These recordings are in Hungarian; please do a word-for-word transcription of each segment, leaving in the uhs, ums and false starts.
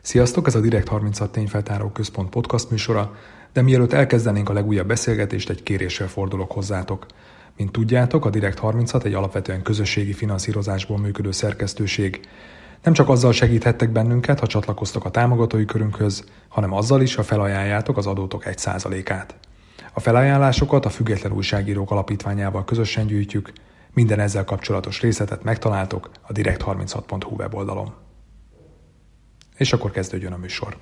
Sziasztok, ez a Direkt harminchat Tényfeltáró Központ podcast műsora, de mielőtt elkezdenénk a legújabb beszélgetést, egy kéréssel fordulok hozzátok. Mint tudjátok, a Direkt harminchat egy alapvetően közösségi finanszírozásból működő szerkesztőség. Nem csak azzal segíthettek bennünket, ha csatlakoztok a támogatói körünkhöz, hanem azzal is, ha felajánljátok az adótok egy százalékát. A felajánlásokat a Független Újságírók Alapítványával közösen gyűjtjük, minden ezzel kapcsolatos részletet megtaláltok a direkt harminchat pont hu weboldalon. És akkor kezdődjön a műsor.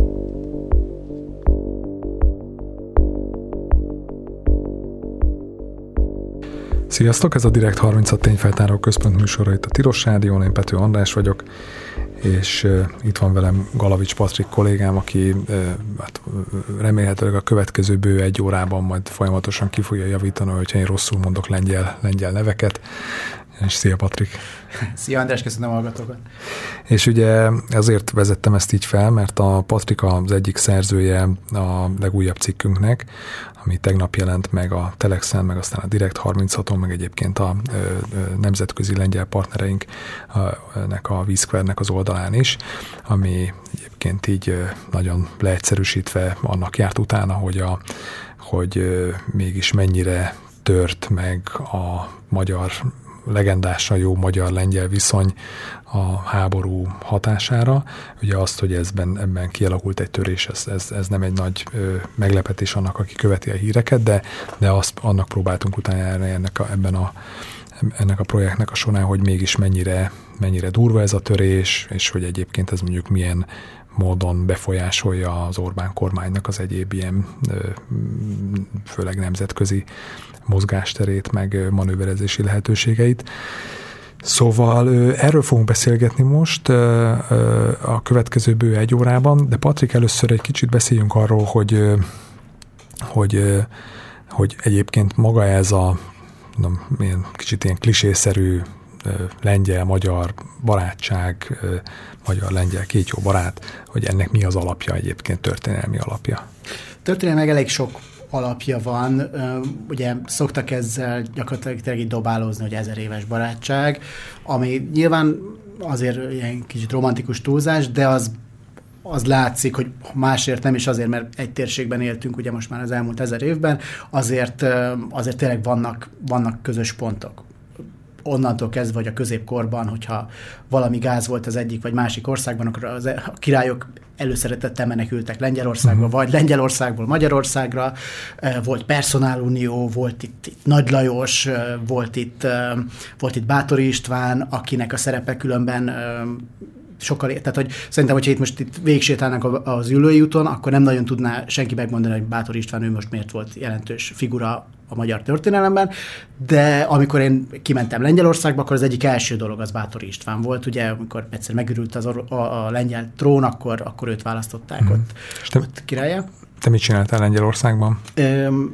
Sziasztok, ez a Direkt harminchat Tényfeltáró Központ műsora itt a Tilos Rádión, én Pető András vagyok, és uh, itt van velem Galavics Patrik kollégám, aki uh, hát, remélhetőleg a következő bő egy órában majd folyamatosan ki fogja javítani, hogyha én rosszul mondok lengyel, lengyel neveket. És szia, Patrik! Szia, András, köszönöm a hallgatókat! És ugye azért vezettem ezt így fel, mert a Patrik az egyik szerzője a legújabb cikkünknek, ami tegnap jelent meg a Telexen, meg aztán a Direkt harminchaton, meg egyébként a ö, ö, nemzetközi lengyel partnereinknek, a WeSquare-nek az oldalán is, ami egyébként így ö, nagyon leegyszerűsítve annak járt utána, hogy, a, hogy ö, mégis mennyire tört meg a magyar legendásan jó magyar-lengyel viszony a háború hatására. Ugye azt, hogy ezben, ebben kialakult egy törés, ez, ez, ez nem egy nagy ö, meglepetés annak, aki követi a híreket, de, de azt, annak próbáltunk utána ennek a, ebben a, ennek a projektnek a során, hogy mégis mennyire, mennyire durva ez a törés, és hogy egyébként ez mondjuk milyen módon befolyásolja az Orbán kormánynak az egyéb ilyen főleg nemzetközi mozgásterét, meg manőverezési lehetőségeit. Szóval erről fogunk beszélgetni most a következő bő egy órában, de Patrik, először egy kicsit beszéljünk arról, hogy, hogy, hogy egyébként maga ez a mondom, ilyen, kicsit ilyen klisészerű lengyel-magyar barátság, magyar-lengyel két jó barát, hogy ennek mi az alapja egyébként, történelmi alapja? Történelmileg elég sok alapja van. Ugye szoktak ezzel gyakorlatilag így dobálózni, hogy ezer éves barátság, ami nyilván azért ilyen kicsit romantikus túlzás, de az az látszik, hogy másért nem is azért, mert egy térségben éltünk ugye most már az elmúlt ezer évben, azért, azért tényleg vannak, vannak közös pontok. Onnantól kezdve, hogy a középkorban, hogyha valami gáz volt az egyik vagy másik országban, akkor az, a királyok előszeretettel menekültek Lengyelországba, uh-huh. vagy Lengyelországból Magyarországra, volt personálunió, volt itt, itt Nagy Lajos, volt itt, volt itt Báthori István, akinek a szerepe különben sokkal, tehát hogy szerintem, hogyha itt most itt végsétálnánk az Üllői úton, akkor nem nagyon tudná senki megmondani, hogy Báthori István ő most miért volt jelentős figura a magyar történelemben, de amikor én kimentem Lengyelországba, akkor az egyik első dolog az Báthori István volt, ugye, amikor egyszer megürült az a, a, a lengyel trón, akkor, akkor őt választották hmm. ott, te, ott királlyá. Te mit csináltál Lengyelországban? Öm,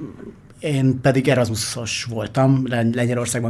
Én pedig Erasmusos voltam, Lengyelországban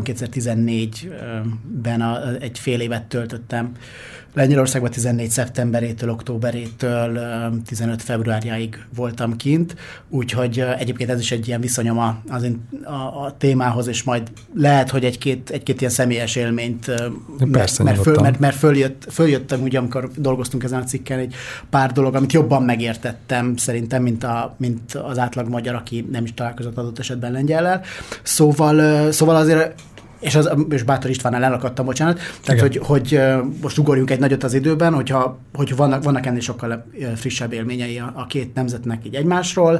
kétezer-tizennégyben a, egy fél évet töltöttem. Lengyelországban tizennégy szeptemberétől, októberétől tizenöt februárjáig voltam kint, úgyhogy egyébként ez is egy ilyen viszonyom a, az, a, a témához, és majd lehet, hogy egy-két, egy-két ilyen személyes élményt, persze, mert, föl, mert, mert följött, följöttem, ugye, amikor dolgoztunk ezen a cikken, egy pár dolog, amit jobban megértettem szerintem, mint, a, mint az átlag magyar, aki nem is találkozott adott esetben lengyellel. Szóval, szóval azért És, az, és Báthori Istvánnál elakadtam, bocsánat. Tehát, hogy, hogy most ugorjunk egy nagyot az időben, hogyha, hogy vannak, vannak ennél sokkal frissebb élményei a, a két nemzetnek így egymásról.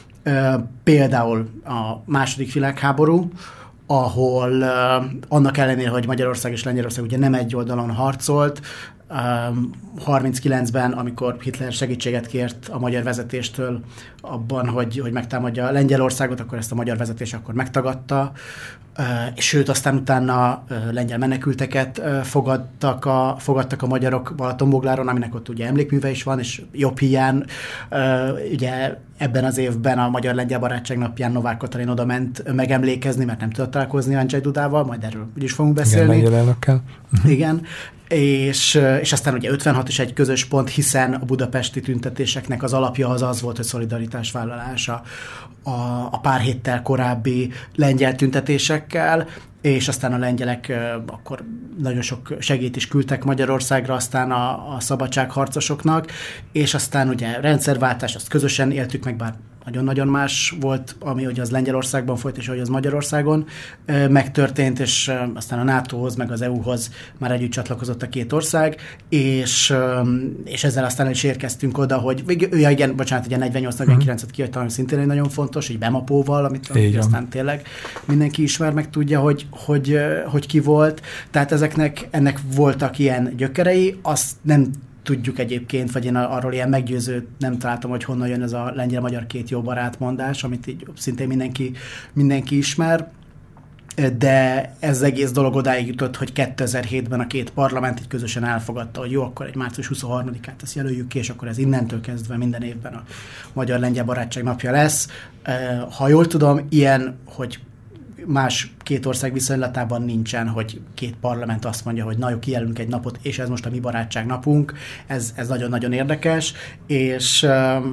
Például a második világháború, ahol annak ellenére, hogy Magyarország és Lengyelország ugye nem egy oldalon harcolt, harminckilencben, amikor Hitler segítséget kért a magyar vezetéstől abban, hogy, hogy megtámadja Lengyelországot, akkor ezt a magyar vezetés akkor megtagadta, sőt, aztán utána lengyel menekülteket fogadtak a, fogadtak a magyarok Balatonbogláron, aminek ott ugye emlékműve is van, és jobb hiány, ugye ebben az évben a Magyar-Lengyel Barátság napján Novák Katalin oda ment megemlékezni, mert nem tudott találkozni Andrzej Dudával, majd erről úgyis fogunk beszélni. Igen, lengyel elnökkel. Igen. És, és aztán ugye ötvenhat is egy közös pont, hiszen a budapesti tüntetéseknek az alapja az az volt, hogy szolidaritás vállalása a, a pár héttel korábbi lengyel tüntetésekkel, és aztán a lengyelek akkor nagyon sok segélyt is küldtek Magyarországra, aztán a, a szabadságharcosoknak, és aztán ugye rendszerváltás, azt közösen éltük meg, bár nagyon-nagyon más volt, ami ugye az Lengyelországban folyt, és ahogy az Magyarországon megtörtént, és aztán a nátóhoz, meg az é u-hoz már együtt csatlakozott a két ország, és, és ezzel aztán is érkeztünk oda, hogy, ja igen, bocsánat, ugye negyvennyolc negyvenkilencet kihagytam, ami szintén egy nagyon fontos, hogy Bemapóval, amit aztán tényleg mindenki ismer, meg tudja, hogy, hogy, hogy ki volt. Tehát ezeknek, ennek voltak ilyen gyökerei, azt nem tudjuk egyébként, vagy én arról ilyen meggyőző nem találtam, hogy honnan jön ez a lengyel-magyar két jó barát mondás, amit így szintén mindenki, mindenki ismer, de ez az egész dolog odáig jutott, hogy kétezer-hétben a két parlament így közösen elfogadta, hogy jó, akkor egy március huszonharmadikát ezt jelöljük ki, és akkor ez innentől kezdve minden évben a magyar-lengyel barátság napja lesz. Ha jól tudom, ilyen, hogy más két ország viszonylatában nincsen, hogy két parlament azt mondja, hogy na jó, kijelölünk egy napot, és ez most a mi barátság napunk. Ez, ez nagyon-nagyon érdekes, és,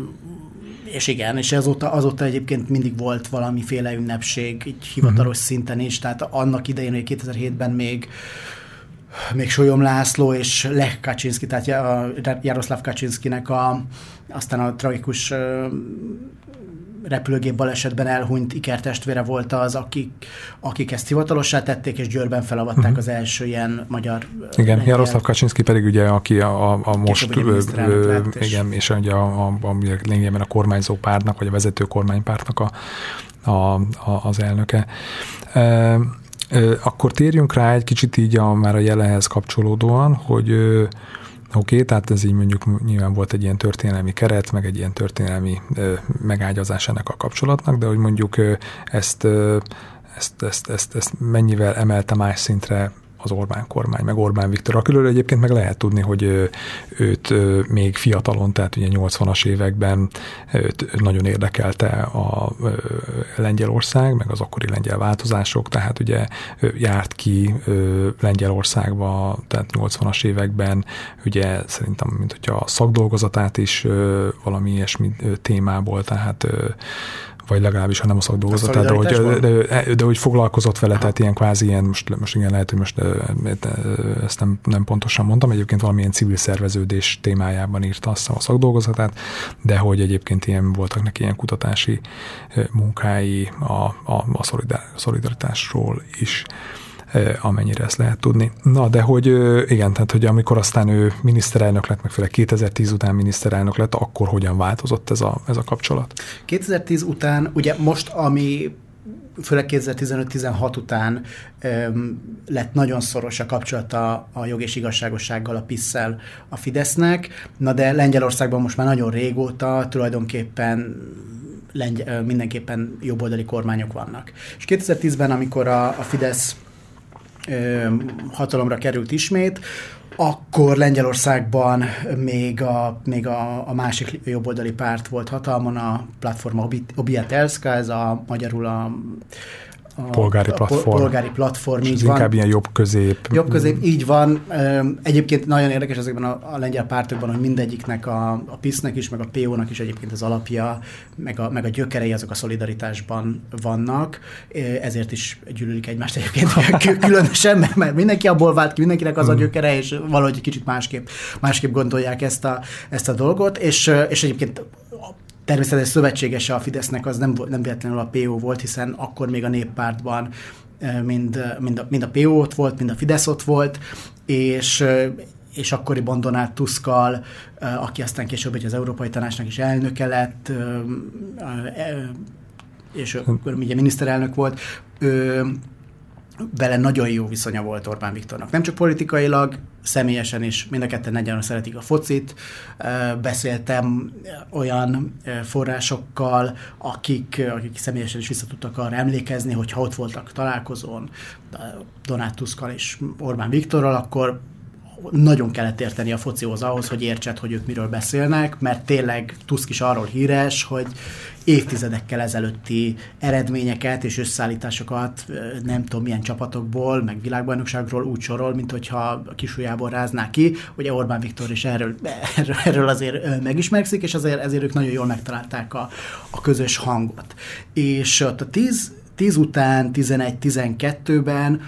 és igen, és azóta, azóta egyébként mindig volt valamiféle ünnepség, így hivatalos uh-huh. szinten is, tehát annak idején, hogy kétezer-hétben még még Solyom László és Lech Kaczynszki, tehát Jaroszláv Kaczynszkinek a, aztán a tragikus repülőgép balesetben elhunyt ikertestvére volt az, akik, akik ezt hivatalossá tették, és Győrben felavatták uh-huh. az első ilyen magyar... Igen, lengyel... Jaroszláv Kaczynszki pedig ugye, aki a, a, a most... Ö, ö, és... Igen, és ugye a, a, a, lényegében a kormányzó pártnak, vagy a vezető kormánypártnak a, a, a, az elnöke. E, Akkor térjünk rá egy kicsit így a, már a jelenhez kapcsolódóan, hogy oké, okay, tehát ez így mondjuk nyilván volt egy ilyen történelmi keret, meg egy ilyen történelmi ö, megágyazás ennek a kapcsolatnak, de hogy mondjuk ö, ezt, ö, ezt, ezt, ezt, ezt mennyivel emelte más szintre az Orbán kormány, meg Orbán Viktor. Akiről egyébként meg lehet tudni, hogy ő, őt még fiatalon, tehát ugye nyolcvanas években őt nagyon érdekelte a Lengyelország, meg az akkori lengyel változások, tehát ugye járt ki Lengyelországba, tehát nyolcvanas években, ugye szerintem, mint hogyha a szakdolgozatát is valami ilyesmi témából, tehát vagy legalábbis, ha nem a szakdolgozatát, de, hogy, de, de hogy foglalkozott vele, Aha. tehát ilyen kvázi ilyen, most, most igen, lehet, hogy most ezt nem, nem pontosan mondtam, egyébként valamilyen civil szerveződés témájában írta azt a szakdolgozatát, de hogy egyébként ilyen voltak neki ilyen kutatási munkái a, a, a szolidaritásról is, amennyire ezt lehet tudni. Na, de hogy igen, tehát hogy amikor aztán ő miniszterelnök lett, meg főleg kétezer-tíz után miniszterelnök lett, akkor hogyan változott ez a, ez a kapcsolat? kétezer-tíz után, ugye most, ami főleg kétezer-tizenöt-tizenhat után öm, lett nagyon szoros a kapcsolata a jog és igazságossággal, a PiS-szel, a Fidesznek, na de Lengyelországban most már nagyon régóta tulajdonképpen lengy- mindenképpen jobboldali kormányok vannak. És kétezer-tízben, amikor a, a Fidesz hatalomra került ismét, akkor Lengyelországban még a, még a, a másik jobboldali párt volt hatalmon, a Platforma Obywatelska, ez a magyarul a A polgári platform. Polgári platform, így ez van. Inkább ilyen jobb-közép. Jobb-közép, így van. Egyébként nagyon érdekes ezekben a, a lengyel pártokban, hogy mindegyiknek, a, a PiS-nek is, meg a pé ó-nak is egyébként az alapja, meg a, meg a gyökerei azok a szolidaritásban vannak. Ezért is gyűlölik egymást egyébként különösen, mert, mert mindenki abból vált ki, mindenkinek az a gyökere, és valahogy egy kicsit másképp, másképp gondolják ezt a, ezt a dolgot, és, és egyébként természetesen szövetségese a Fidesznek az nem, nem véletlenül a pé ó volt, hiszen akkor még a Néppártban mind, mind, a, mind a pé ó ott volt, mind a Fidesz ott volt, és, és akkoriban Donald Tuskkal, aki aztán később az Európai Tanácsnak is elnöke lett, és akkor ugye miniszterelnök volt, vele nagyon jó viszonya volt Orbán Viktornak. Nem csak politikailag, személyesen is, mind a ketten nagyon szeretik a focit. Beszéltem olyan forrásokkal, akik, akik személyesen is vissza tudtak arra emlékezni, hogy ha ott voltak találkozón Donald Tuskkal és Orbán Viktorral, akkor nagyon kellett érteni a focihoz ahhoz, hogy értsed, hogy ők miről beszélnek, mert tényleg Tusk is arról híres, hogy évtizedekkel ezelőtti eredményeket és összeállításokat nem tudom milyen csapatokból, meg világbajnokságról úgy sorol, mint hogyha a kisujjából rázná ki. Ugye Orbán Viktor is erről, erről, erről azért megismerszik, és azért, ezért ők nagyon jól megtalálták a, a közös hangot. És ott a tíz után, tizenegy tizenkettőben,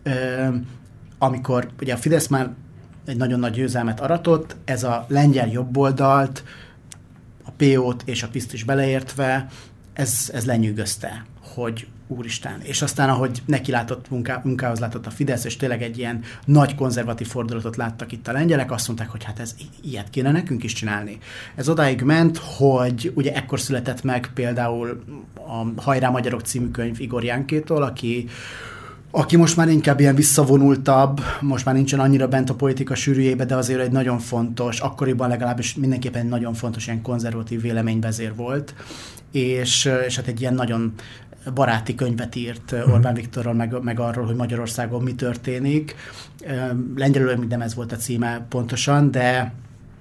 amikor ugye a Fidesz már egy nagyon nagy győzelmet aratott, ez a lengyel jobboldalt, a pé ót és a piszt is beleértve, ez, ez lenyűgözte, hogy úristen. És aztán, ahogy neki látott munká, munkához látott a Fidesz, és tényleg egy ilyen nagy konzervatív fordulatot láttak itt a lengyelek, azt mondták, hogy hát ez ilyet kéne nekünk is csinálni. Ez odáig ment, hogy ugye ekkor született meg például a Hajrá Magyarok című könyv Igor Jánkétól, aki aki most már inkább ilyen visszavonultabb, most már nincsen annyira bent a politika sűrűjébe, de azért egy nagyon fontos, akkoriban legalábbis mindenképpen egy nagyon fontos ilyen konzervatív véleményvezér volt, és, és hát egy ilyen nagyon baráti könyvet írt Orbán Viktorról, meg, meg arról, hogy Magyarországon mi történik. Lengyelül nem ez volt a címe pontosan, de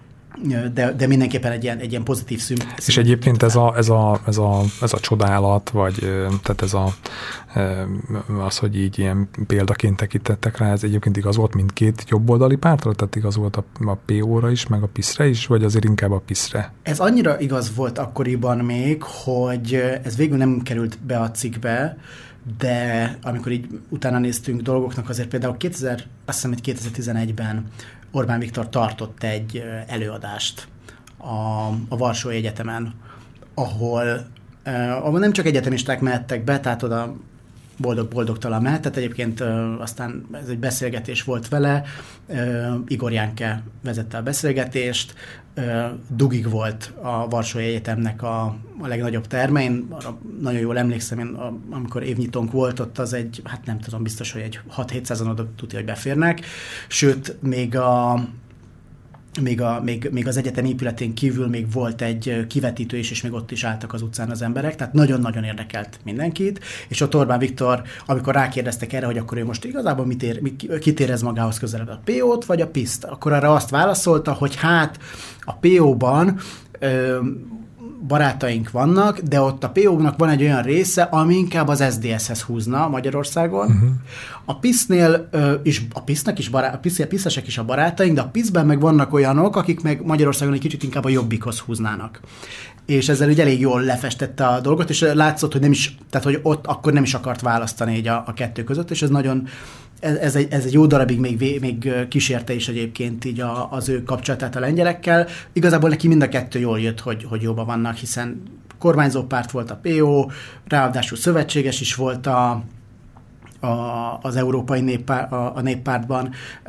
De, de mindenképpen egy ilyen, egy ilyen pozitív szűn. És egyébként ez a, ez, a, ez, a, ez a csodálat, vagy tehát ez a, az, hogy így ilyen példaként tekintettek rá, ez egyébként igaz volt mindkét jobboldali pártra? Tehát igaz volt a, a pé óra is, meg a piszre is, vagy azért inkább a piszre? Ez annyira igaz volt akkoriban még, hogy ez végül nem került be a cikkbe, de amikor így utána néztünk dolgoknak, azért például kétezer, azt hiszem, hogy kétezer-tizenegyben Orbán Viktor tartott egy előadást a, a Varsói Egyetemen, ahol, eh, ahol nem csak egyetemisták mehettek be, tehát oda boldog-boldogtalan mehetett. Egyébként eh, aztán ez egy beszélgetés volt vele, eh, Igor Jánke vezette a beszélgetést, eh, Dugig volt a Varsói Egyetemnek a, a legnagyobb terme. Én arra nagyon jól emlékszem, én, amikor évnyitónk volt, ott az egy, hát nem tudom, biztos, hogy egy hat-hétszázan oda tudja, hogy beférnek. Sőt, még a Még, a, még, még az egyetem épületén kívül még volt egy kivetítő is, és még ott is álltak az utcán az emberek, tehát nagyon-nagyon érdekelt mindenkit, és ott Orbán Viktor, amikor rákérdeztek erre, hogy akkor ő most igazából mit ér, kit érez magához közelebb, a pé ót vagy a piszt, akkor arra azt válaszolta, hogy hát a pé óban ö, barátaink vannak, de ott a pé ónak van egy olyan része, ami inkább az es zé dé es-hez húzna Magyarországon. Uh-huh. A pisznél ö, is, a pisznek is bará, a piszesek is a barátaink, de a piszben meg vannak olyanok, akik meg Magyarországon egy kicsit inkább a Jobbikhoz húznának. És ezzel ugye elég jól lefestette a dolgot, és látszott, hogy nem is, tehát hogy ott akkor nem is akart választani így a, a kettő között, és ez nagyon Ez, ez, egy, ez egy jó darabig még, még kísérte is egyébként így a, az ő kapcsolatát a lengyelekkel. Igazából neki mind a kettő jól jött, hogy, hogy jóban vannak, hiszen kormányzó párt volt a pé ó, ráadásul szövetséges is volt a, a, az Európai Néppár, a, a Néppártban.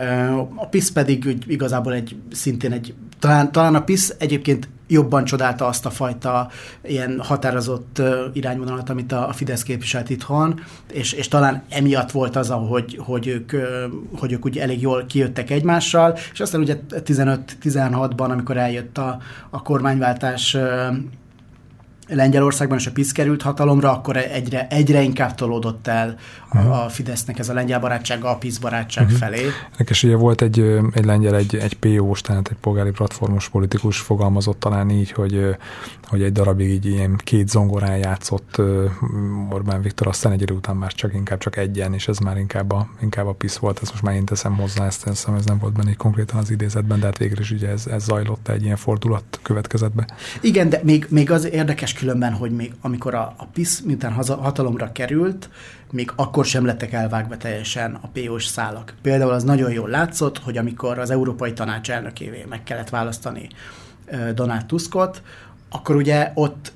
A PiS pedig igazából egy, szintén egy, talán, talán a PiS egyébként jobban csodálta azt a fajta ilyen határozott uh, irányvonalat, amit a, a Fidesz képviselt itthon, és, és talán emiatt volt az, hogy, hogy, ők, uh, hogy ők úgy elég jól kijöttek egymással, és aztán ugye tizenöt tizenhatban, amikor eljött a, a kormányváltás uh, Lengyelországban, és a PiS került hatalomra, akkor egyre, egyre inkább tolódott el uh-huh. a Fidesznek ez a lengyel barátsága a PiS barátság uh-huh. felé. Nekes ugye volt egy, egy lengyel, egy, egy pé ó-s, tehát egy polgári platformos politikus fogalmazott talán így, hogy, hogy egy darabig így ilyen két zongorán játszott Orbán Viktor, aztán egy idő után már csak inkább csak egyen, és ez már inkább a, inkább a PiS volt, ezt most már én teszem hozzá, ezt teszem, ez nem volt benne így konkrétan az idézetben, de hát végül is ugye ez, ez zajlott, egy ilyen fordulat következett be. Igen, de még, még az érdekes különben, hogy még amikor a, a PiS miután haza, hatalomra került, még akkor sem lettek elvágva teljesen a pé ó-s szálak. Például az nagyon jól látszott, hogy amikor az Európai Tanács elnökévé meg kellett választani Donald Tuskot, akkor ugye ott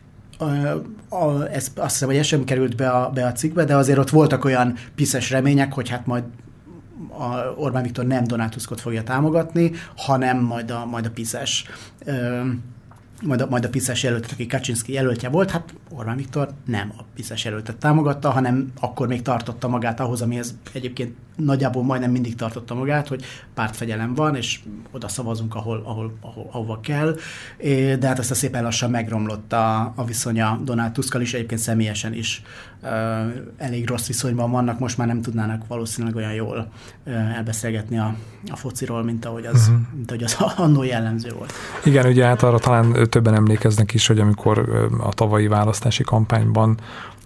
a, ez, azt hiszem, hogy ez sem került be a, be a cikkbe, de azért ott voltak olyan piszes remények, hogy hát majd a Orbán Viktor nem Donald Tuskot fogja támogatni, hanem majd a, majd a piszes majd a, majd a Piszes jelöltet, aki Kaczynszki jelöltje volt, hát Orbán Viktor nem a Piszes jelöltet támogatta, hanem akkor még tartotta magát ahhoz, amihez egyébként nagyjából majdnem mindig tartotta magát, hogy pártfegyelem van, és oda szavazunk, ahol, ahol, ahol, ahova kell. De hát aztán szépen lassan megromlott a, a viszonya Donald Tuskkal is, egyébként személyesen is uh, elég rossz viszonyban vannak, most már nem tudnának valószínűleg olyan jól uh, elbeszélgetni a, a fociról, mint ahogy az, uh-huh. mint ahogy az annó jellemző volt. Igen, ugye hát arra talán többen emlékeznek is, hogy amikor a tavalyi választási kampányban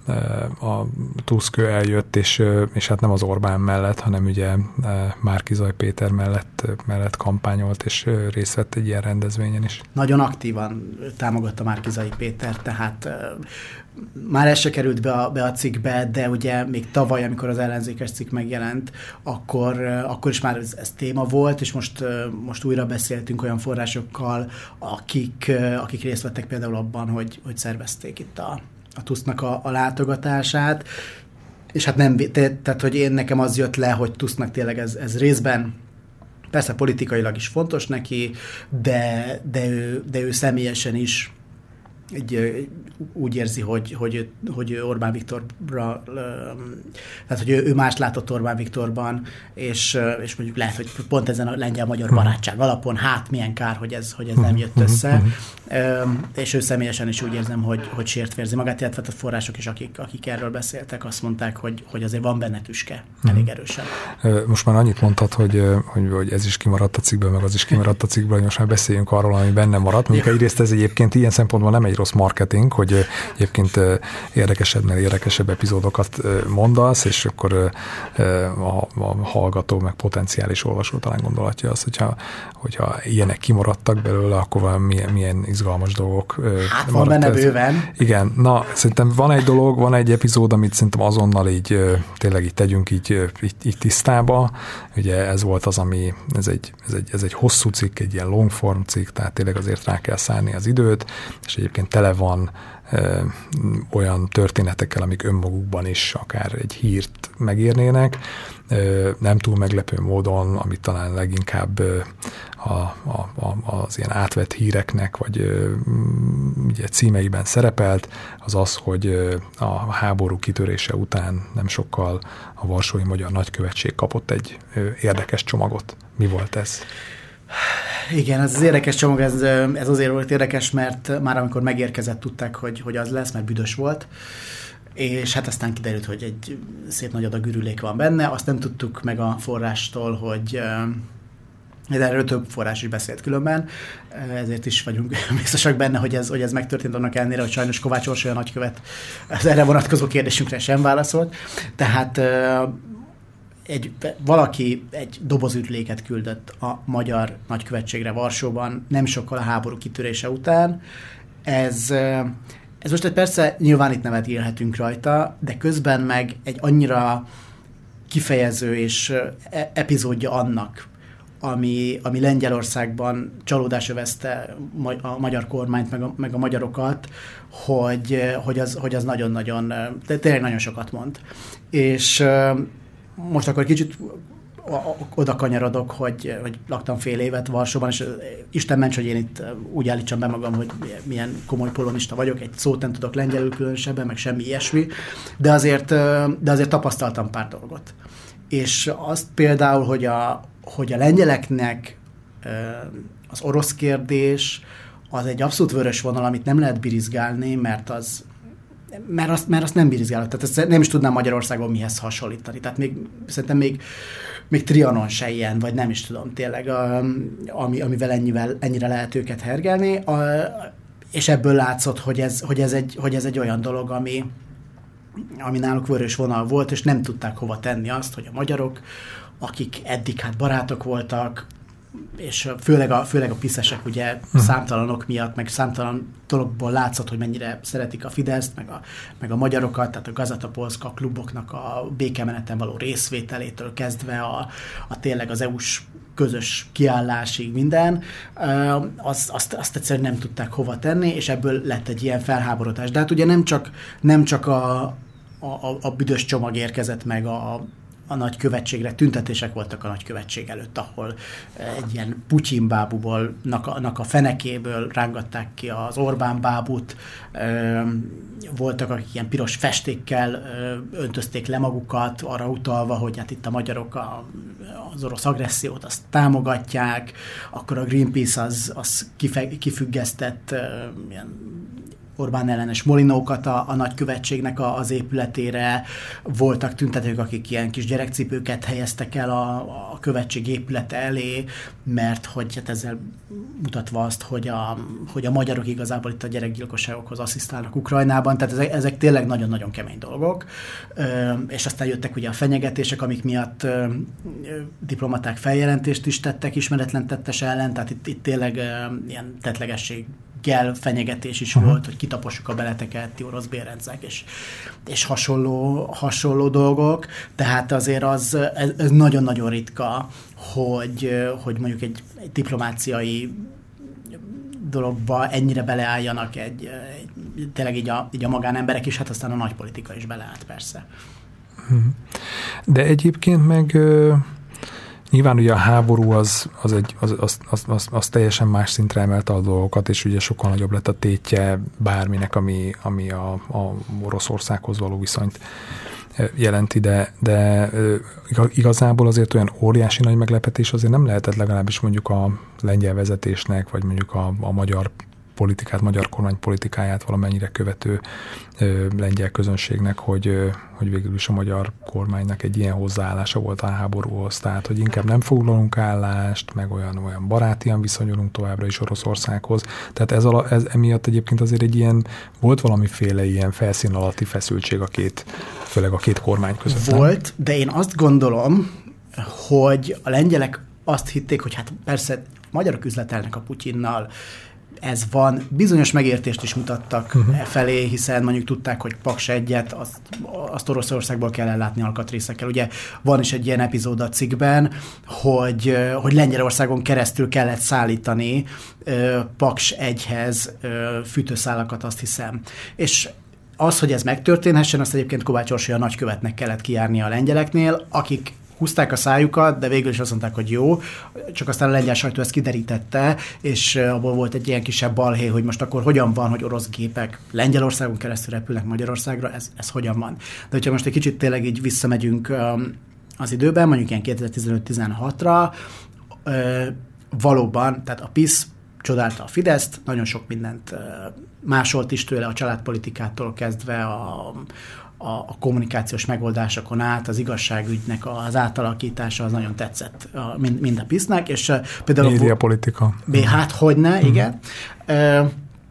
a Tusk eljött, és, és hát nem az Orbán mellett, hanem ugye Márki-Zay Péter mellett, mellett kampányolt, és részt vett egy ilyen rendezvényen is. Nagyon aktívan támogatta Márki-Zay Péter, tehát már ez se került be a, be a cikkbe, de ugye még tavaly, amikor az ellenzékes cikk megjelent, akkor, akkor is már ez, ez téma volt, és most, most újra beszéltünk olyan forrásokkal, akik, akik részt vettek például abban, hogy, hogy szervezték itt a a Tusknak a, a látogatását, és hát nem, te, tehát, hogy én nekem az jött le, hogy Tusknak tényleg ez, ez részben, persze politikailag is fontos neki, de, de, ő, de ő személyesen is egy, úgy érzi, hogy, hogy, hogy Orbán Viktorra, tehát hogy ő, ő mást látott Orbán Viktorban, és, és mondjuk lehet, hogy pont ezen a lengyel-magyar barátság alapon, hát milyen kár, hogy ez, hogy ez nem jött össze, és ő személyesen is úgy érzem, hogy, hogy sértve érzi magát, illetve a források is, akik, akik erről beszéltek, azt mondták, hogy, hogy azért van benne tüske, elég erősen. Most már annyit mondtad, hogy, hogy, hogy ez is kimaradt a cikkből, meg az is kimaradt a cikkből, hogy most már beszéljünk arról, ami benne maradt. Mondjuk egyrészt ez egyébként ilyen szempontból nem egy rossz marketing, hogy egyébként érdekesebbnél érdekesebb epizódokat mondasz, és akkor a, a hallgató, meg potenciális olvasó talán gondolatja azt, hogyha, hogyha ilyenek kimaradtak belőle, akkor milyen, milyen izgalmas dolgok. Hát van benne bőven. Igen, na szerintem van egy dolog, van egy epizód, amit szerintem azonnal így tényleg így tegyünk így, így, így tisztába. Ugye ez volt az, ami, ez egy, ez, egy, ez egy hosszú cikk, egy ilyen long form cikk, tehát tényleg azért rá kell szállni az időt, és egyébként tele van ö, olyan történetekkel, amik önmagukban is akár egy hírt megírnének. Ö, nem túl meglepő módon, amit talán leginkább ö, a, a, a, az ilyen átvett híreknek, vagy ö, ugye címeiben szerepelt, az az, hogy ö, a háború kitörése után nem sokkal a Varsói Magyar Nagykövetség kapott egy ö, érdekes csomagot. Mi volt ez? Igen, ez az érdekes csomag, ez, ez azért volt érdekes, mert már amikor megérkezett, tudták, hogy, hogy az lesz, mert büdös volt, és hát aztán kiderült, hogy egy szép nagy adag ürülék van benne, azt nem tudtuk meg a forrástól, hogy de erről több forrás is beszélt különben, ezért is vagyunk biztosak benne, hogy ez, hogy ez megtörtént annak ellenére, hogy sajnos Kovács Orsolya nagykövet az erre vonatkozó kérdésünkre sem válaszolt. Tehát egy, valaki egy dobozürüléket küldött a magyar nagykövetségre Varsóban nem sokkal a háború kitörése után. Ez, ez most egy persze nyilván itt nevet írhetünk rajta, de közben meg egy annyira kifejező és epizódja annak, ami, ami Lengyelországban csalódás övezte a magyar kormányt, meg a, meg a magyarokat, hogy, hogy, az, hogy az nagyon-nagyon, tényleg nagyon sokat mond. És most akkor kicsit oda kanyarodok, hogy, hogy laktam fél évet Varsóban, és Isten ments, hogy én itt úgy állítsam be magam, hogy milyen komoly polonista vagyok, egy szót nem tudok lengyelül különösebben, meg semmi ilyesmi, de azért, de azért tapasztaltam pár dolgot. És azt például, hogy a, hogy a lengyeleknek az orosz kérdés az egy abszolút vörös vonal, amit nem lehet birizgálni, mert az Mert azt, mert azt nem birizgálod. Tehát ezt nem is tudnám Magyarországon mihez hasonlítani. Tehát még, szerintem még, még Trianon se ilyen, vagy nem is tudom tényleg, ami, amivel ennyivel, ennyire lehet őket hergelni. A, és ebből látszott, hogy ez, hogy ez, egy, hogy ez egy olyan dolog, ami, ami náluk vörös vonal volt, és nem tudták hova tenni azt, hogy a magyarok, akik eddig hát barátok voltak, és főleg a, főleg a piszesek ugye uh-huh. számtalanok miatt, meg számtalan dologból látszott, hogy mennyire szeretik a Fideszt, meg a, meg a magyarokat, tehát a Gazeta Polska kluboknak a békemeneten való részvételétől kezdve a, a tényleg az é u-s közös kiállásig minden, azt, azt, azt egyszerűen nem tudták hova tenni, és ebből lett egy ilyen felháborodás. De hát ugye nem csak, nem csak a, a, a büdös csomag érkezett meg a a nagykövetségre, tüntetések voltak a nagykövetség előtt, ahol egy ilyen Putyin bábúból, a, a fenekéből rángatták ki az Orbán bábút, voltak, akik ilyen piros festékkel öntözték le magukat, arra utalva, hogy hát itt a magyarok a, az orosz agressziót azt támogatják, akkor a Greenpeace az, az kife, kifüggesztett ilyen Orbán ellenes molinókat a, a nagykövetségnek a, az épületére. Voltak tüntetők, akik ilyen kis gyerekcipőket helyeztek el a, a követség épülete elé, mert hogy hát ezzel mutatva azt, hogy a, hogy a magyarok igazából itt a gyerekgyilkosságokhoz asszisztálnak Ukrajnában, tehát ezek, ezek tényleg nagyon-nagyon kemény dolgok. Ö, és aztán jöttek ugye a fenyegetések, amik miatt ö, diplomaták feljelentést is tettek ismeretlen tettes ellen, tehát itt, itt tényleg ö, ilyen tettlegesség kell fenyegetés is uh-huh. volt, hogy kitapossuk a beleteket, ti orosz bérencek, és, és hasonló, hasonló dolgok. Tehát azért az, ez, ez nagyon-nagyon ritka, hogy, hogy mondjuk egy, egy diplomáciai dologba ennyire beleálljanak egy, egy, tényleg így a, így a magánemberek, és hát aztán a nagypolitika is beleállt persze. De egyébként meg... Nyilván ugye a háború az, az, egy, az, az, az, az, az teljesen más szintre emelte a dolgokat, és ugye sokkal nagyobb lett a tétje bárminek, ami, ami a, a Oroszországhoz való viszonyt jelenti, de, de igazából azért olyan óriási nagy meglepetés azért nem lehetett, legalábbis mondjuk a lengyel vezetésnek, vagy mondjuk a, a magyar politikát, magyar kormány politikáját valamennyire követő ö, lengyel közönségnek, hogy, ö, hogy végül is a magyar kormánynak egy ilyen hozzáállása volt a háborúhoz. Tehát, hogy inkább nem foglalunk állást, meg olyan, olyan barátian viszonyulunk továbbra is Oroszországhoz. Tehát ez, ala, ez emiatt egyébként azért egy ilyen, volt valamiféle ilyen felszín alatti feszültség a két, főleg a két kormány között. Volt, nem? De én azt gondolom, hogy a lengyelek azt hitték, hogy hát persze magyarok üzletelnek a Putyinnal, ez van. Bizonyos megértést is mutattak uh-huh. e felé, hiszen mondjuk tudták, hogy Paks egyet, azt, azt Oroszországból kell ellátni alkatrészekkel. Ugye van is egy ilyen epizód a cikkben, hogy, hogy Lengyelországon keresztül kellett szállítani uh, Paks egyhez uh, fűtőszálakat, azt hiszem. És az, hogy ez megtörténhessen, azt egyébként Kovács Orsolya nagykövetnek kellett kijárni a lengyeleknél, akik húzták a szájukat, de végül is azt mondták, hogy jó, csak aztán a lengyel sajtó ezt kiderítette, és abból volt egy ilyen kisebb balhé, hogy most akkor hogyan van, hogy orosz gépek Lengyelországon keresztül repülnek Magyarországra, ez, ez hogyan van. De hogyha most egy kicsit tényleg így visszamegyünk az időben, mondjuk ilyen kétezer-tizenöt-tizenhatra, valóban, tehát a PiS csodálta a Fideszt, nagyon sok mindent másolt is tőle, a családpolitikától kezdve a a kommunikációs megoldásokon át, az igazságügynek az átalakítása az nagyon tetszett a, mind, mind a PiS-nek, és például... Médiapolitika. Hát hogyne, mm. igen. E,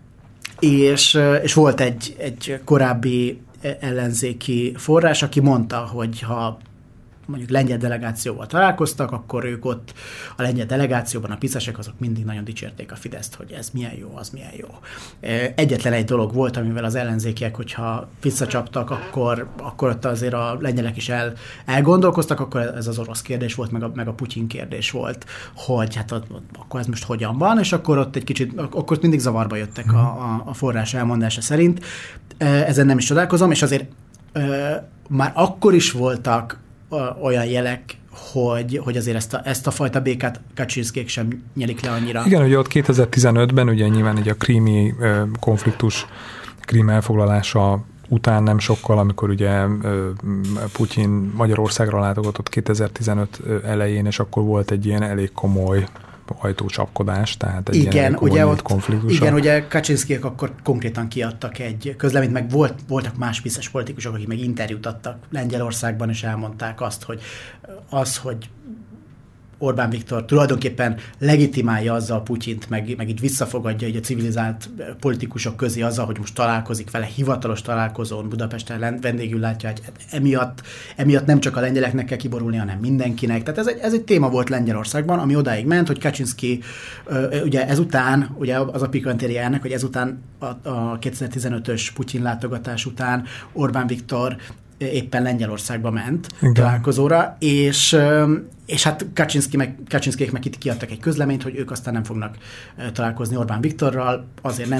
és, és volt egy, egy korábbi ellenzéki forrás, aki mondta, hogy ha mondjuk lengyel delegációval találkoztak, akkor ők ott a lengyel delegációban, a piszesek azok mindig nagyon dicsérték a Fideszt, hogy ez milyen jó, az milyen jó. Egyetlen egy dolog volt, amivel az ellenzékiek, hogyha visszacsaptak, akkor, akkor ott azért a lengyelek is el, elgondolkoztak, akkor ez az orosz kérdés volt, meg a, meg a Putyin kérdés volt, hogy hát ott, ott, akkor ez most hogyan van, és akkor ott egy kicsit, akkor mindig zavarba jöttek a, a, a forrás elmondása szerint. Ezen nem is csodálkozom, és azért már akkor is voltak olyan jelek, hogy, hogy azért ezt a, ezt a fajta békát Kaczynszkijék sem nyelik le annyira. Igen, ugye ott kétezer-tizenötben ugye nyilván egy a krími ö, konfliktus, Krím elfoglalása után nem sokkal, amikor ugye ö, Putyin Magyarországra látogatott kétezer-tizenöt elején, és akkor volt egy ilyen elég komoly ajtócsapkodás, tehát egy igen, ilyen ugye ott, konfliktus. Igen, ugye Kaczynszkijék akkor konkrétan kiadtak egy közleményt, meg volt, voltak más piszes politikusok, akik meg interjút adtak Lengyelországban, és elmondták azt, hogy az, hogy Orbán Viktor tulajdonképpen legitimálja azzal Putyint, meg, meg így visszafogadja így a civilizált politikusok közé azzal, hogy most találkozik vele, hivatalos találkozón Budapesten vendégül látja, hogy emiatt, emiatt nem csak a lengyeleknek kell kiborulni, hanem mindenkinek. Tehát ez egy, ez egy téma volt Lengyelországban, ami odáig ment, hogy Kaczynszkij, ugye ezután, ugye az a pikantériája ennek, hogy ezután a, a kétezer-tizenötös Putyin látogatás után Orbán Viktor éppen Lengyelországba ment igen. találkozóra, és, és hát Kaczynszkij meg, Kaczynszkijék meg itt kiadtak egy közleményt, hogy ők aztán nem fognak találkozni Orbán Viktorral, azért nem, mert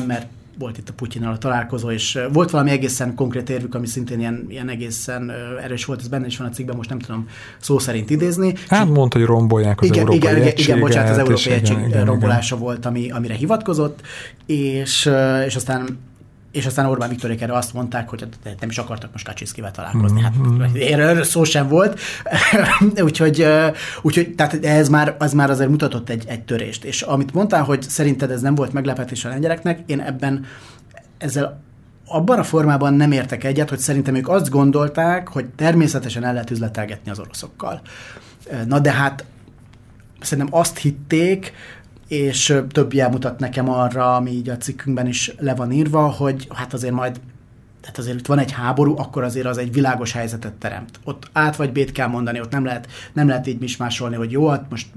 volt itt a Putyinnal a találkozó, és volt valami egészen konkrét érvük, ami szintén ilyen, ilyen egészen erős volt, ez benne is van a cikkben, most nem tudom szó szerint idézni. Hát mondta, hogy rombolják az igen, európai igen, egységet. Igen, bocsánat, az európai egység igen, igen, rombolása igen. volt, ami, amire hivatkozott, és, és aztán és aztán Orbán Viktorék erre azt mondták, hogy nem is akartak most Kaczynszkivel találkozni. Hát erről szó sem volt. úgyhogy, úgyhogy tehát ez már, az már azért mutatott egy, egy törést. És amit mondtál, hogy szerinted ez nem volt meglepetés a lengyeleknek, én ebben ezzel abban a formában nem értek egyet, hogy szerintem ők azt gondolták, hogy természetesen el lehet üzletelgetni az oroszokkal. Na de hát szerintem azt hitték, és több jel mutat nekem arra, ami így a cikkünkben is le van írva, hogy hát azért majd, tehát azért itt van egy háború, akkor azért az egy világos helyzetet teremt. Ott át vagy bét kell mondani, ott nem lehet, nem lehet így mismásolni, hogy jó, hát most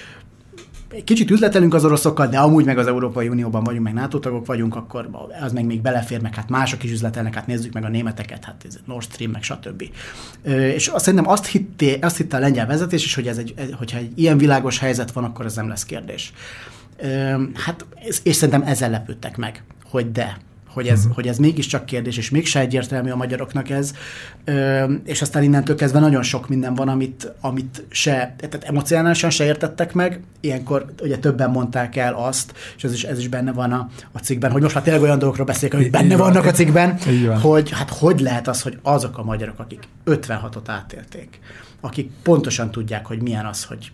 egy kicsit üzletelünk az oroszokkal, de amúgy meg az Európai Unióban vagyunk, meg NATO tagok vagyunk, akkor az meg még belefér, meg hát mások is üzletelnek, hát nézzük meg a németeket, hát ez Nord Stream, meg stb. És azt szerintem azt hitte, azt hitte a lengyel vezetés is, hogy ez egy, hogyha egy ilyen világos helyzet van, akkor ez nem lesz kérdés. Hát, és szerintem ezzel lepődtek meg, hogy de. Hogy ez, uh-huh. hogy ez mégiscsak kérdés, és mégse egyértelmű a magyaroknak ez, Ö, és aztán innentől kezdve nagyon sok minden van, amit, amit se, tehát emocionálisan se értettek meg, ilyenkor ugye többen mondták el azt, és ez is, ez is benne van a, a cikkben, hogy most már tényleg olyan dolgokról beszélek, hogy benne vannak a cikkben, hogy hát hogy lehet az, hogy azok a magyarok, akik ötvenhatot átélték, akik pontosan tudják, hogy milyen az, hogy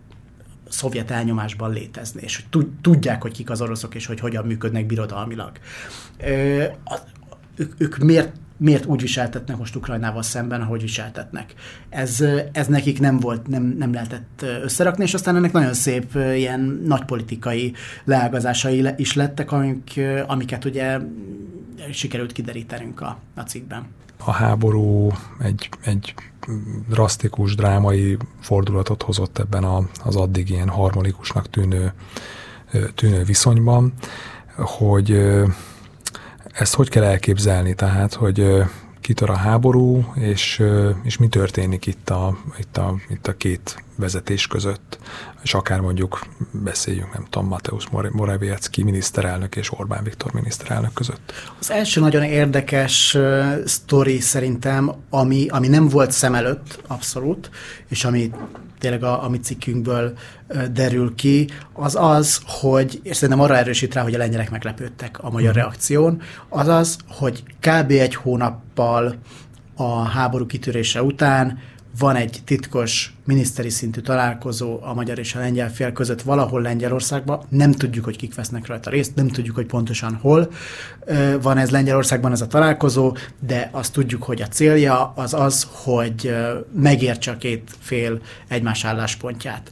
szovjet elnyomásban létezni, és hogy tudják, hogy kik az oroszok, és hogy hogyan működnek birodalmilag. Ö, az, ők, ők miért, miért úgy viseltetnek most Ukrajnával szemben, ahogy viseltetnek? Ez, ez nekik nem volt, nem, nem lehetett összerakni, és aztán ennek nagyon szép ilyen nagypolitikai leágazásai is lettek, amik, amiket ugye sikerült kiderítenünk a, a cikkben. A háború egy, egy drasztikus, drámai fordulatot hozott ebben a, az addig ilyen harmonikusnak tűnő, tűnő viszonyban, hogy ezt hogy kell elképzelni, tehát, hogy kitör a háború, és, és mi történik itt a, itt, a, itt a két vezetés között, és akár mondjuk beszéljünk, nem tudom, Mateusz Morawiecki miniszterelnök és Orbán Viktor miniszterelnök között. Az első nagyon érdekes uh, sztori szerintem, ami, ami nem volt szem előtt abszolút, és ami tényleg a, a mi cikkünkből uh, derül ki, az az, hogy, és szerintem arra erősít rá, hogy a lengyelek meglepődtek a magyar mm. reakción, az az, hogy kb. Egy hónappal a háború kitörése után van egy titkos miniszteri szintű találkozó a magyar és a lengyel fél között valahol Lengyelországban. Nem tudjuk, hogy kik vesznek rajta részt, nem tudjuk, hogy pontosan hol van ez Lengyelországban ez a találkozó, de azt tudjuk, hogy a célja az az, hogy megértse a két fél egymás álláspontját.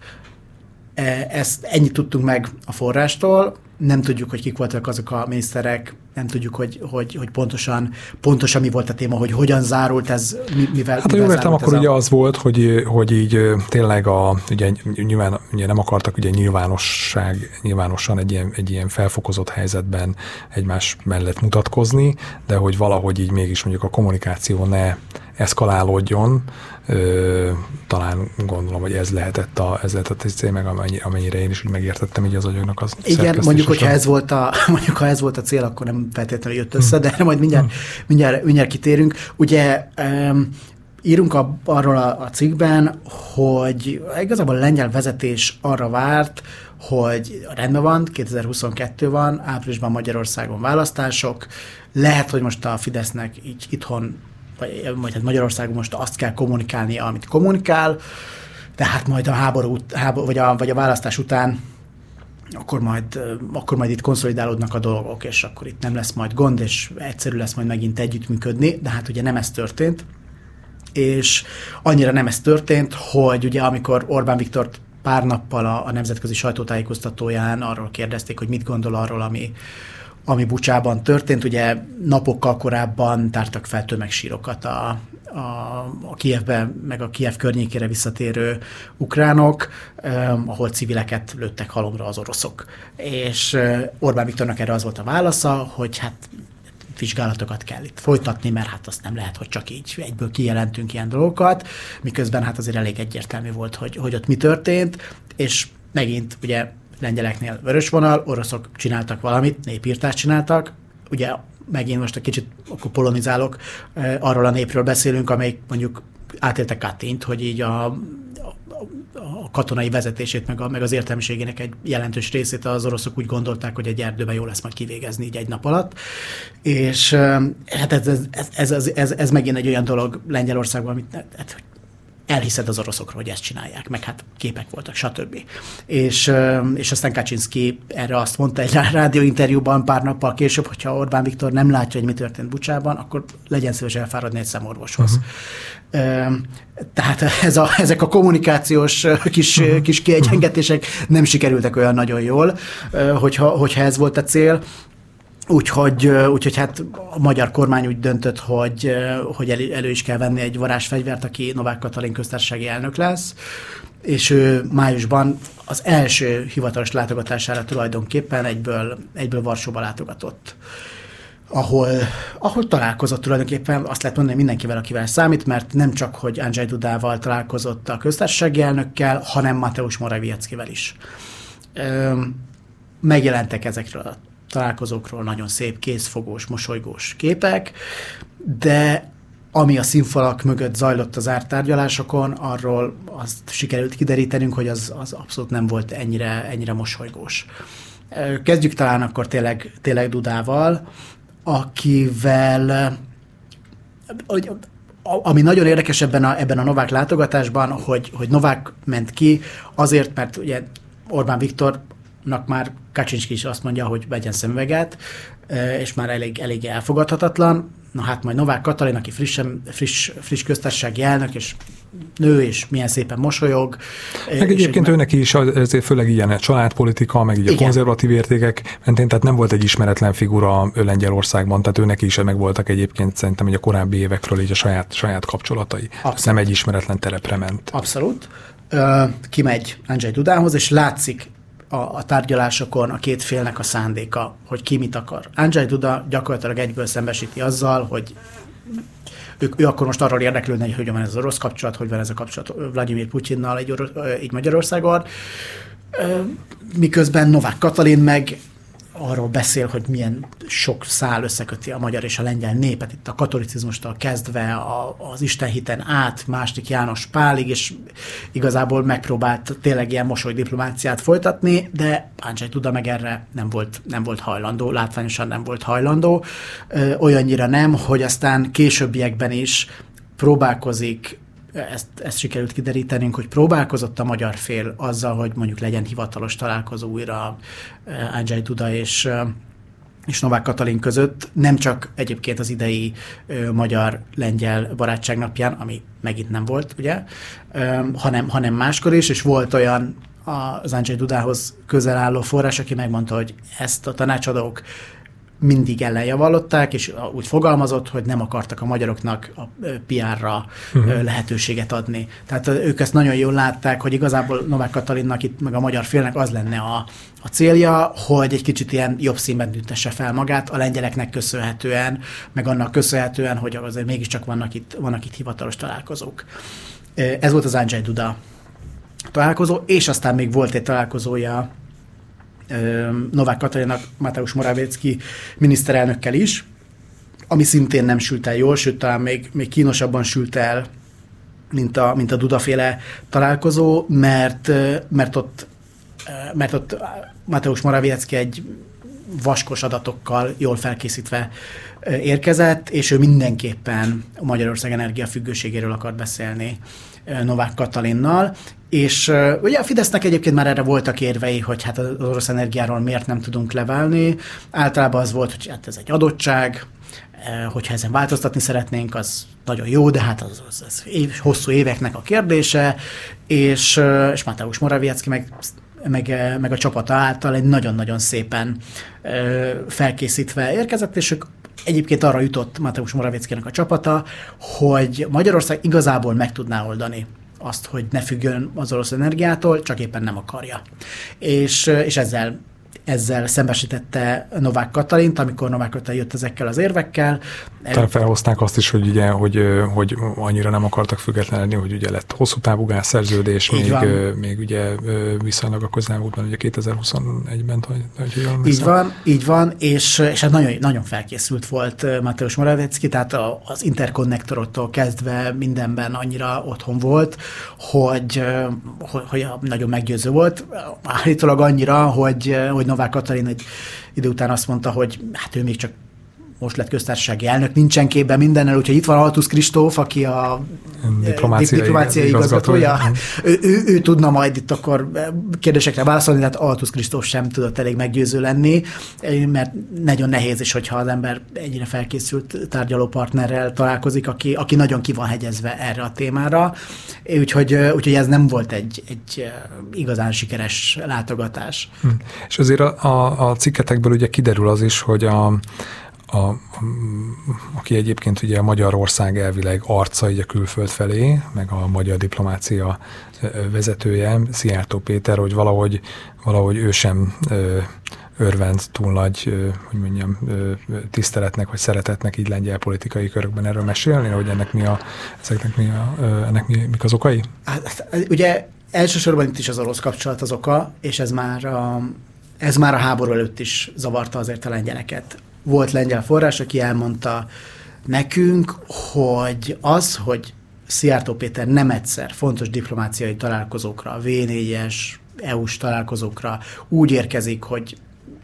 Ezt ennyit tudtunk meg a forrástól, nem tudjuk, hogy kik voltak azok a miniszterek, nem tudjuk, hogy, hogy, hogy pontosan, pontosan mi volt a téma, hogy hogyan zárult ez, mivel Hát, ha jól értem, akkor ugye a... az volt, hogy, hogy így tényleg a, ugye, nyilván, ugye nem akartak ugye nyilvánosság, nyilvánosan egy ilyen, egy ilyen felfokozott helyzetben egymás mellett mutatkozni, de hogy valahogy így mégis mondjuk a kommunikáció ne eszkalálódjon, Ö, talán gondolom, hogy ez lehetett a, ez lehetett a cél, meg amennyire, amennyire én is úgy megértettem így az agyagnak az Igen, mondjuk, hogyha ez volt a, mondjuk, ha ez volt a cél, akkor nem feltétlenül jött össze, hmm. de majd mindjárt, hmm. mindjárt, mindjárt kitérünk. Ugye um, írunk a, arról a, a cikkben, hogy igazából a lengyel vezetés arra várt, hogy rendben van, kétezer-huszonkettő van, áprilisban Magyarországon választások, lehet, hogy most a Fidesznek így itthon vagy, vagy hát Magyarországon most azt kell kommunikálnia, amit kommunikál, tehát majd a háború, háború vagy, a, vagy a választás után akkor majd, akkor majd itt konszolidálódnak a dolgok, és akkor itt nem lesz majd gond, és egyszerű lesz majd megint együttműködni, de hát ugye nem ez történt, és annyira nem ez történt, hogy ugye amikor Orbán Viktort pár nappal a, a nemzetközi sajtótájékoztatóján arról kérdezték, hogy mit gondol arról, ami ami Bucsában történt. Ugye napokkal korábban tártak fel tömegsírokat a, a, a Kijevbe, meg a Kijev környékére visszatérő ukránok, eh, ahol civileket lőttek halomra az oroszok. És eh, Orbán Viktornak erre az volt a válasza, hogy hát vizsgálatokat kell itt folytatni, mert hát azt nem lehet, hogy csak így egyből kijelentünk ilyen dolgokat, miközben hát azért elég egyértelmű volt, hogy, hogy ott mi történt, és megint ugye lengyeleknél vörös vonal, oroszok csináltak valamit, népírtást csináltak, ugye megint most egy kicsit akkor polonizálok, arról a népről beszélünk, amelyik mondjuk átélte Katyint, hogy így a, a, a katonai vezetését, meg, a, meg az értelmiségének egy jelentős részét az oroszok úgy gondolták, hogy egy erdőben jó lesz majd kivégezni így egy nap alatt. És hát ez, ez, ez, ez, ez, ez megint egy olyan dolog Lengyelországban, amit hát, elhiszed az oroszokról, hogy ezt csinálják, meg hát képek voltak, stb. És, és aztán Kaczynszki erre azt mondta egy rádióinterjúban pár nappal később, hogyha Orbán Viktor nem látja, hogy mi történt Bucsában, akkor legyen szíves elfáradni egy szemorvoshoz. Uh-huh. Tehát ez a, ezek a kommunikációs kis, uh-huh. kis kiegyengetések nem sikerültek olyan nagyon jól, hogyha, hogyha ez volt a cél. Úgyhogy, úgyhogy hát a magyar kormány úgy döntött, hogy, hogy elő, elő is kell venni egy varázsfegyvert, aki Novák Katalin köztársasági elnök lesz, és ő májusban az első hivatalos látogatására tulajdonképpen egyből, egyből Varsóba látogatott, ahol, ahol találkozott tulajdonképpen, azt lehet mondani mindenkivel, akivel számít, mert nem csak, hogy Andrzej Dudával találkozott a köztársasági elnökkel, hanem Mateusz Morawieckivel is. Megjelentek ezekről a találkozókról nagyon szép, kézfogós, mosolygós képek, de ami a színfalak mögött zajlott az zárt tárgyalásokon, arról azt sikerült kiderítenünk, hogy az, az abszolút nem volt ennyire, ennyire mosolygós. Kezdjük talán akkor tényleg, tényleg Dudával, akivel, ami nagyon érdekes ebben a, ebben a Novák látogatásban, hogy, hogy Novák ment ki azért, mert ugye Orbán Viktornak már Kaczynszki is azt mondja, hogy vegyen szemüveget, és már elég, elég elfogadhatatlan. Na hát majd Novák Katalin, aki frissen, friss, friss köztársasági elnök, és nő, és milyen szépen mosolyog. Meg egyébként őnek is ezért főleg ilyen a családpolitika, meg így igen. a konzervatív értékek mentén, tehát nem volt egy ismeretlen figura Lengyelországban, tehát őnek is meg voltak egyébként szerintem így a korábbi évekről így a saját, saját kapcsolatai. Abszolút. Nem egy ismeretlen terepre ment. Abszolút. Uh, kimegy Andrzej Dudához, és látszik a, a tárgyalásokon a két félnek a szándéka, hogy ki mit akar. Andrzej Duda gyakorlatilag egyből szembesíti azzal, hogy ő, ő akkor most arról érdeklődne, hogy hogyan van ez az orosz kapcsolat, hogy van ez a kapcsolat Vladimir Putyinnal így, így Magyarországon. Miközben Novák Katalin meg arról beszél, hogy milyen sok szál összeköti a magyar és a lengyel népet, itt a katolicizmustól kezdve a, az istenhiten át második János Pálig, és igazából megpróbált tényleg ilyen mosolydiplomáciát folytatni, de Andrzej Duda meg erre nem volt, nem volt hajlandó, látványosan nem volt hajlandó, ö, olyannyira nem, hogy aztán későbbiekben is próbálkozik, Ezt, ezt sikerült kiderítenünk, hogy próbálkozott a magyar fél azzal, hogy mondjuk legyen hivatalos találkozó újra Andrzej Duda és, és Novák Katalin között, nem csak egyébként az idei magyar-lengyel barátság napján, ami megint nem volt, ugye, hanem, hanem máskor is, és volt olyan az Andrzej Dudához közel álló forrás, aki megmondta, hogy ezt a tanácsadók mindig ellenjavallották, és úgy fogalmazott, hogy nem akartak a magyaroknak a pé er-ra uh-huh. lehetőséget adni. Tehát ők ezt nagyon jól látták, hogy igazából Novák Katalinnak itt, meg a magyar félnek az lenne a, a célja, hogy egy kicsit ilyen jobb színben tüntesse fel magát, a lengyeleknek köszönhetően, meg annak köszönhetően, hogy azért mégiscsak vannak itt, vannak itt hivatalos találkozók. Ez volt az Andrzej Duda találkozó, és aztán még volt egy találkozója Novák Katalinnak Mateusz Morawiecki miniszterelnökkel is, ami szintén nem sült el jól, sőt, talán még, még kínosabban sült el, mint a, mint a Duda-féle találkozó, mert, mert, ott, mert ott Mateusz Morawiecki egy vaskos adatokkal jól felkészítve érkezett, és ő mindenképpen a Magyarország energiafüggőségéről akart beszélni Novák Katalinnal, és uh, ugye a Fidesznek egyébként már erre voltak érvei, hogy hát az orosz energiáról miért nem tudunk leválni. Általában az volt, hogy hát ez egy adottság, uh, hogyha ezen változtatni szeretnénk, az nagyon jó, de hát az, az, az év, hosszú éveknek a kérdése, és, uh, és Mateusz Morawiecki meg, meg, meg a csapata által egy nagyon-nagyon szépen uh, felkészítve érkezett, és ők egyébként arra jutott Mateusz Morawieckinek a csapata, hogy Magyarország igazából meg tudná oldani azt, hogy ne függjön az orosz energiától, csak éppen nem akarja. És, és ezzel ezzel szembesítette Novák Katalint, amikor Novák Katalin jött ezekkel az érvekkel. Tehát felhozták azt is, hogy, ugye, hogy, hogy annyira nem akartak függetlenedni, hogy ugye lett hosszú távú gázszerződés, még, még ugye viszonylag a közelmúltban, ugye kétezer-huszonegyben, hogy, hogy jól Így van, így van, és, és hát nagyon, nagyon felkészült volt Mateusz Morawiecki, tehát az interkonnektorottól kezdve mindenben annyira otthon volt, hogy, hogy, hogy nagyon meggyőző volt. Állítólag annyira, hogy, hogy Novák Katalin egy idő után azt mondta, hogy hát ő még csak most lett köztársasági elnök, nincsen képben mindennel, úgyhogy itt van Altusz Kristóf, aki a diplomáciai, diplomáciai igazgatója. Ő, ő, ő tudna majd itt akkor kérdésekre válaszolni, tehát Altusz Kristóf sem tudott elég meggyőző lenni, mert nagyon nehéz is, hogyha az ember ennyire felkészült tárgyalópartnerrel találkozik, aki, aki nagyon ki van hegyezve erre a témára, úgyhogy, úgyhogy ez nem volt egy, egy igazán sikeres látogatás. Hm. És azért a, a, a cikketekből ugye kiderül az is, hogy a A, a, aki egyébként ugye Magyarország elvileg arca így a külföld felé, meg a magyar diplomácia vezetője, Szijjártó Péter, hogy valahogy, valahogy ő sem ö, örvend túl nagy, ö, hogy mondjam, ö, tiszteletnek vagy szeretetnek így lengyel politikai körökben. Erről mesélni, hogy ennek mi a, ezeknek mi a, ö, ennek mi, mik az okai? Hát, ugye elsősorban itt is az orosz kapcsolat az oka, és ez már a, ez már a háború előtt is zavarta azért a lengyeleket. Volt lengyel forrás, aki elmondta nekünk, hogy az, hogy Szijjártó Péter nem egyszer fontos diplomáciai találkozókra, vé négyes, é u-s találkozókra úgy érkezik, hogy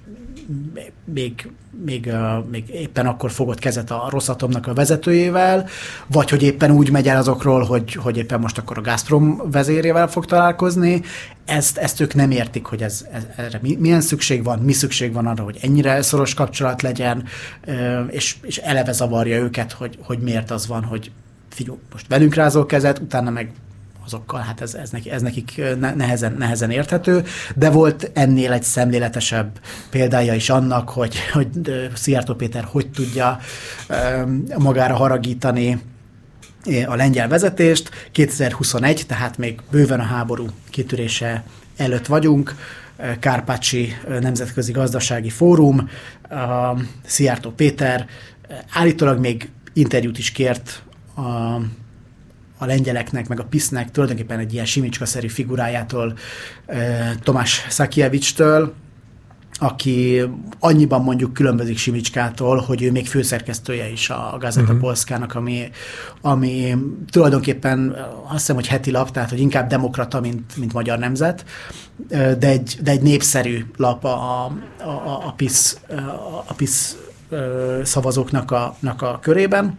még, még, még éppen akkor fogott kezet a Rosatomnak a vezetőjével, vagy hogy éppen úgy megy el azokról, hogy, hogy éppen most akkor a Gazprom vezérével fog találkozni. Ezt, ezt ők nem értik, hogy ez, ez, erre milyen szükség van, mi szükség van arra, hogy ennyire szoros kapcsolat legyen, és, és eleve zavarja őket, hogy, hogy miért az van, hogy figyelj, most velünk rázol kezet, utána meg azokkal, hát ez, ez, neki, ez nekik nehezen, nehezen érthető, de volt ennél egy szemléletesebb példája is annak, hogy, hogy Szijjártó Péter hogy tudja magára haragítani a lengyel vezetést. kétezer-huszonegy, tehát még bőven a háború kitörése előtt vagyunk, Kárpácsi Nemzetközi Gazdasági Fórum, Szijjártó Péter állítólag még interjút is kért a a lengyeleknek, meg a pisznek tulajdonképpen egy ilyen Simicska-szerű figurájától, Tomás Szakijevicstől, aki annyiban mondjuk különbözik Simicskától, hogy ő még főszerkesztője is a Gazeta uh-huh. Polszkának, ami, ami tulajdonképpen azt hiszem, hogy heti lap, tehát hogy inkább demokrata, mint, mint Magyar Nemzet, de egy, de egy népszerű lap a, a, a PiS, a PiS szavazóknak a, a körében.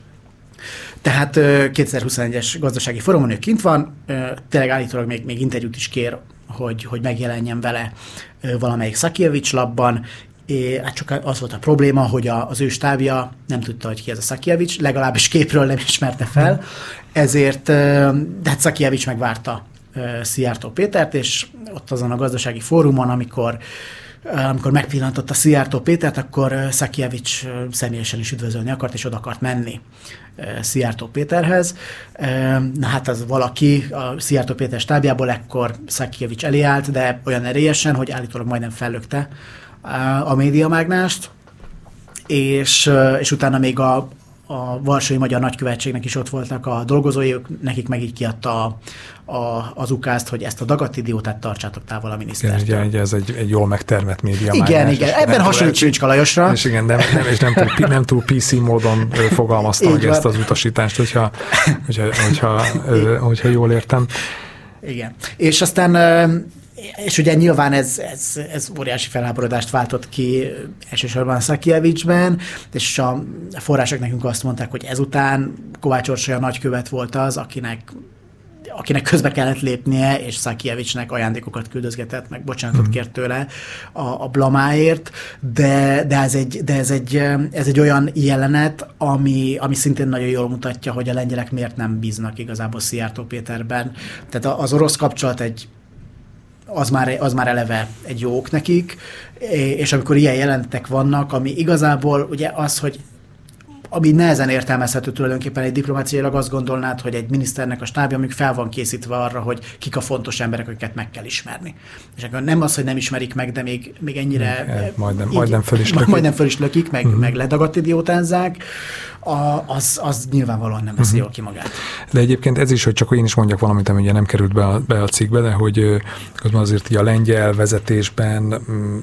Tehát kétezer-huszonegyes gazdasági fórumon ő kint van, tényleg állítólag még, még interjút is kér, hogy, hogy megjelenjen vele valamelyik Szakijevics lapban. É, hát csak az volt a probléma, hogy a, az ő stábja nem tudta, hogy ki ez a Szakijevics, legalábbis képről nem ismerte fel, ezért, de hát Szakijevics megvárta Szijjártó Pétert, és ott azon a gazdasági fórumon, amikor amikor megpillantotta Szijjártó Pétert, akkor Szakijevics személyesen is üdvözölni akart, és oda akart menni Szijjártó Péterhez. Na hát az valaki a Szijjártó Péter stábjából ekkor Szakijevics elé állt, de olyan erélyesen, hogy állítólag majdnem fellökte a médiamágnást, és, és utána még a, a Varsói Magyar Nagykövetségnek is ott voltak a dolgozói, nekik meg így kiadta a, a, az ukázt, hogy ezt a dagadt idiótát tartsátok távol a minisztertől. Igen, ugye ez egy, egy jól megtermett média. Igen, igen, ebben hasonlít Simicska Lajosra. És igen, nem, nem, és nem túl, nem túl pé cé módon fogalmazta meg ezt az utasítást, hogyha, hogyha, hogyha, hogyha jól értem. Igen, és aztán és ugye nyilván ez, ez, ez óriási felháborodást váltott ki elsősorban Szakijevicsben, és a források nekünk azt mondták, hogy ezután Kovács Orsolya nagykövet volt az, akinek, akinek közbe kellett lépnie, és Szakijevicsnek ajándékokat küldözgetett, meg bocsánatot kért tőle a, a blamáért, de, de, ez, egy, de ez, egy, ez egy olyan jelenet, ami, ami szintén nagyon jól mutatja, hogy a lengyelek miért nem bíznak igazából Szijjártó Péterben. Tehát az orosz kapcsolat egy Az már, az már eleve egy jó ok nekik, és amikor ilyen jelentek vannak, ami igazából ugye az, hogy ami nehezen értelmezhető tulajdonképpen egy diplomáciailag, azt gondolnád, hogy egy miniszternek a stábja mondjuk fel van készítve arra, hogy kik a fontos emberek, akiket meg kell ismerni. És akkor nem az, hogy nem ismerik meg, de még, még ennyire... É, majdnem, így, majdnem föl is lökik. Majdnem föl is lökik, meg, uh-huh. meg ledagadt idiótázzák, a, az, az nyilvánvalóan nem veszi uh-huh. jól ki magát. De egyébként ez is, hogy csak én is mondjak valamit, ami ugye nem került be a, be a cikkbe, de hogy közben azért így a lengyel vezetésben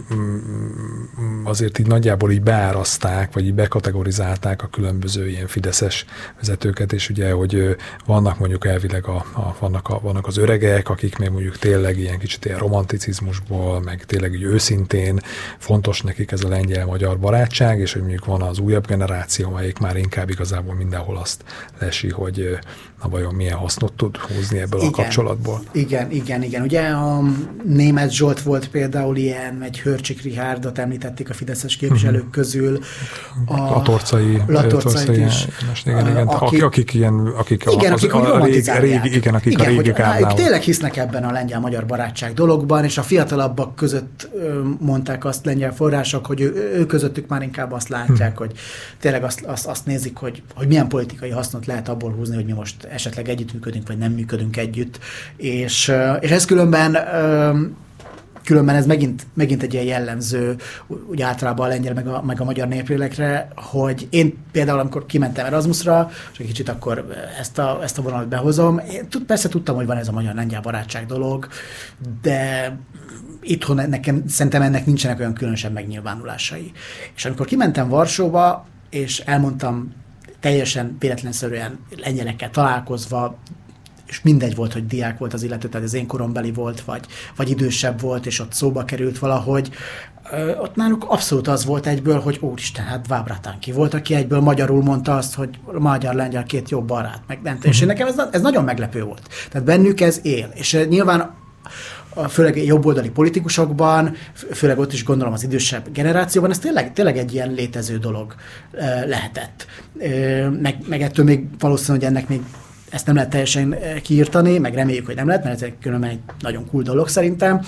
azért így nagyjából így beáraszták, vagy így bekategorizálták a különböző ilyen fideszes vezetőket, és ugye, hogy vannak mondjuk elvileg a, a, vannak, a, vannak az öregek, akik még mondjuk tényleg ilyen kicsit ilyen romanticizmusból, meg tényleg így őszintén fontos nekik ez a lengyel-magyar barátság, és hogy mondjuk van az újabb generáció, amelyik már inkább igazából mindenhol azt lesi, hogy na vajon milyen hasznot tud húzni ebből igen, a kapcsolatból. Igen, igen, igen. Ugye a Németh Zsolt volt például ilyen, egy Hörcsik Rihárdot említették a fideszes képviselők uh-huh. közül. A Latorcai, Latorcai is. Igen, igen, akik, akik ilyen, akik igen, a, akik a, a régi, régi, igen, akik igen, a régi gárdával. Tényleg hisznek ebben a lengyel-magyar barátság dologban, és a fiatalabbak között mondták azt lengyel források, hogy ő, ő közöttük már inkább azt látják, hmm. hogy tényleg azt, azt, azt nézik, hogy, hogy milyen politikai hasznot lehet abból húzni, hogy mi most esetleg együttműködünk, vagy nem működünk együtt. És, és ez különben különben ez megint, megint egy ilyen jellemző, úgy általában a lengyel meg a, meg a magyar néplélekre, hogy én például, amikor kimentem Erasmusra, és egy kicsit akkor ezt a, ezt a vonalat behozom, én tud, persze tudtam, hogy van ez a magyar-lengyel barátság dolog, de itthon nekem, szerintem ennek nincsenek olyan különösebb megnyilvánulásai. És amikor kimentem Varsóba, és elmondtam teljesen véletlenszerűen lengyelekkel találkozva, és mindegy volt, hogy diák volt az illető, tehát az én korombeli volt, vagy, vagy idősebb volt, és ott szóba került valahogy. Ö, ott náluk abszolút az volt egyből, hogy úristen, hát Vábratán ki volt, aki egyből magyarul mondta azt, hogy magyar-lengyel két jó barát, meg nem. Uh-huh. És nekem ez, ez nagyon meglepő volt. Tehát bennük ez él. És nyilván főleg jobboldali politikusokban, főleg ott is gondolom az idősebb generációban, ez tényleg, tényleg egy ilyen létező dolog lehetett. Meg, meg ettől még valószínű, hogy ennek még ezt nem lehet teljesen kiírtani, meg reméljük, hogy nem lehet, mert ez különben egy nagyon cool dolog szerintem.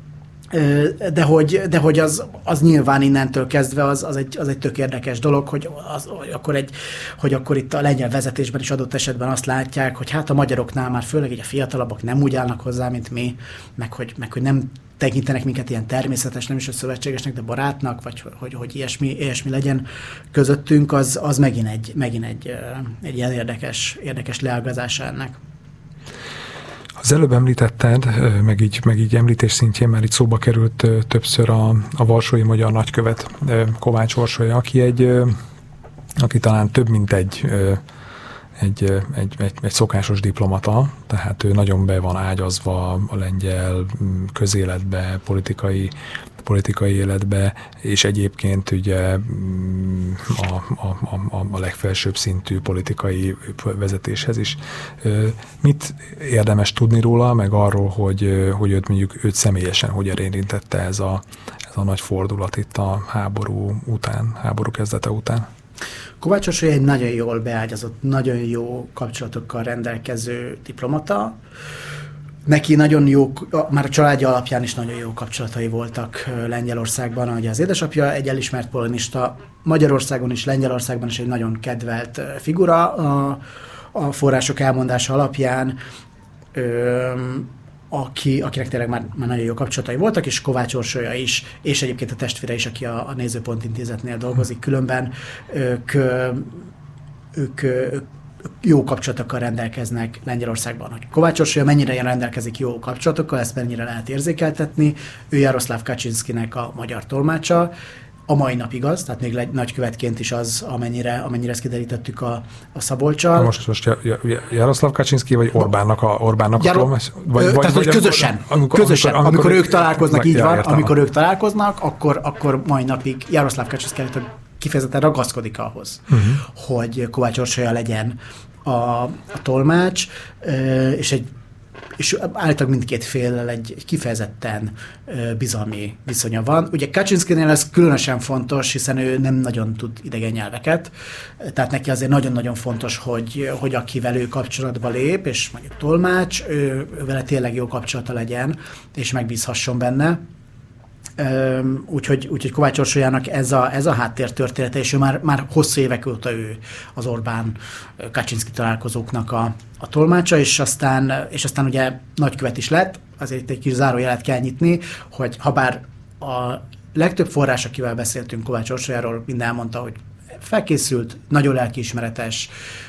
De hogy, de hogy az, az nyilván innentől kezdve az, az, egy, az egy tök érdekes dolog, hogy, az, hogy, akkor egy, hogy akkor itt a lengyel vezetésben is adott esetben azt látják, hogy hát a magyaroknál már főleg így a fiatalabbak nem úgy állnak hozzá, mint mi, meg hogy, meg hogy nem tekintenek minket ilyen természetes, nem is a szövetségesnek, de barátnak, vagy hogy, hogy ilyesmi, ilyesmi legyen közöttünk, az, az megint egy, megint egy, egy ilyen érdekes, érdekes leágazása ennek. Az előbb említetted, meg így, meg így említés szintjén már itt szóba került többször a, a varsói magyar nagykövet, Kovács Orsolya, aki egy, aki talán több mint egy, egy, egy, egy, egy szokásos diplomata, tehát ő nagyon be van ágyazva a lengyel közéletbe, politikai politikai életbe, és egyébként ugye a, a, a, a legfelsőbb szintű politikai vezetéshez is. Mit érdemes tudni róla, meg arról, hogy, hogy őt mondjuk őt személyesen hogyan érintette ez a, ez a nagy fordulat itt a háború után, háború kezdete után? Kovács Orsolya egy nagyon jól beágyazott, nagyon jó kapcsolatokkal rendelkező diplomata. Neki nagyon jó, már a családja alapján is nagyon jó kapcsolatai voltak Lengyelországban, ahogy az édesapja egy elismert polonista, Magyarországon is, Lengyelországban is egy nagyon kedvelt figura a, a források elmondása alapján, ö, aki, akinek tényleg már, már nagyon jó kapcsolatai voltak, és Kovács Orsolya is, és egyébként a testvére is, aki a, a Nézőpont Intézetnél dolgozik, különben ők, ők, ők jó kapcsolatokkal rendelkeznek Lengyelországban. Hogy Kovács Orsolya mennyire rendelkezik jó kapcsolatokkal, ezt mennyire lehet érzékeltetni. Ő Jaroszláv Kaczynszkinek a magyar tolmácsa. A mai napig az, tehát még nagykövetként is az, amennyire, amennyire ezt kiderítettük a, a Szabolccsal. Most, most Jaroszláv Kaczynszki, vagy Orbánnak a, Orbánnak Jaro- a tolmács? Vagy, tehát, vagy, hogy közösen. Amikor, közösen. Amikor, amikor, amikor ők találkoznak, meg, így van, értem. Amikor ők találkoznak, akkor, akkor mai napig Jaroszláv Kaczynszki kifejezetten ragaszkodik ahhoz, uh-huh. hogy Kovács Orsolya legyen a, a tolmács, és, egy, és állítólag mindkét féllel egy, egy kifejezetten bizalmi viszonya van. Ugye Kaczynszkinél ez különösen fontos, hiszen ő nem nagyon tud idegen nyelveket, tehát neki azért nagyon-nagyon fontos, hogy, hogy akivel ő kapcsolatba lép, és mondjuk tolmács, ő, ő vele tényleg jó kapcsolata legyen, és megbízhasson benne. Úgyhogy, úgyhogy Kovács Orsolyának ez a, ez a háttértörténete, és ő már, már hosszú évek óta ő az Orbán-Kaczynszki találkozóknak a, a tolmácsa, és aztán, és aztán ugye nagykövet is lett, azért itt egy kis zárójelet kell nyitni, hogy habár a legtöbb forrás, akivel beszéltünk Kovács Orsolyáról, mind elmondta, hogy felkészült, nagyon lelkiismeretes,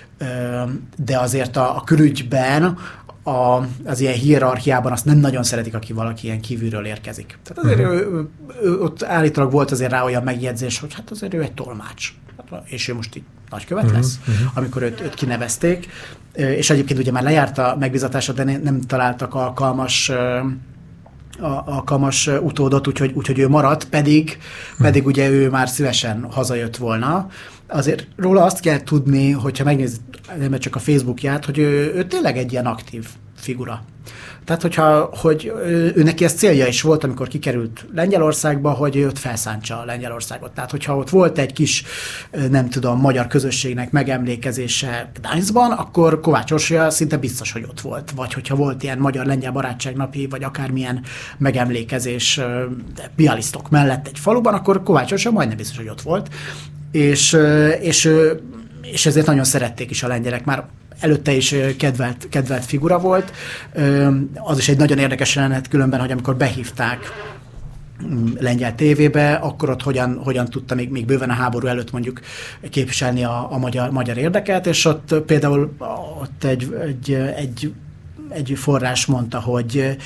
de azért a, a külügyben, A, az ilyen hierarchiában azt nem nagyon szeretik, aki valaki ilyen kívülről érkezik. Tehát azért uh-huh. ő, ő, ő, ott állítólag volt azért rá olyan megjegyzés, hogy hát azért ő egy tolmács. És ő most így nagykövet uh-huh. lesz, uh-huh. amikor őt, őt kinevezték. És egyébként ugye már lejárt a megbízatása, de nem találtak alkalmas alkalmas utódot, úgyhogy, úgyhogy ő maradt, pedig, uh-huh. pedig ugye ő már szívesen hazajött volna. Azért róla azt kell tudni, hogyha megnézed nem csak a Facebookját, hogy ő, ő tényleg egy ilyen aktív figura. Tehát, hogyha, hogy ő, ő neki ez célja is volt, amikor kikerült Lengyelországba, hogy ő ott felszántsa Lengyelországot. Tehát, hogyha ott volt egy kis, nem tudom, magyar közösségnek megemlékezése Gdańskban, akkor Kovács Orsolya szinte biztos, hogy ott volt. Vagy hogyha volt ilyen magyar-lengyel barátságnapi, vagy akármilyen megemlékezés Białystok mellett egy faluban, akkor Kovács Orsolya majdnem biztos, hogy ott volt. És, és, és ezért nagyon szerették is a lengyelek. Már előtte is kedvelt, kedvelt figura volt. Az is egy nagyon érdekes jelenet különben, hogy amikor behívták lengyel tévébe, akkor ott hogyan, hogyan tudta még, még bőven a háború előtt mondjuk képviselni a, a magyar, magyar érdeket, és ott például ott egy, egy, egy, egy forrás mondta, hogy,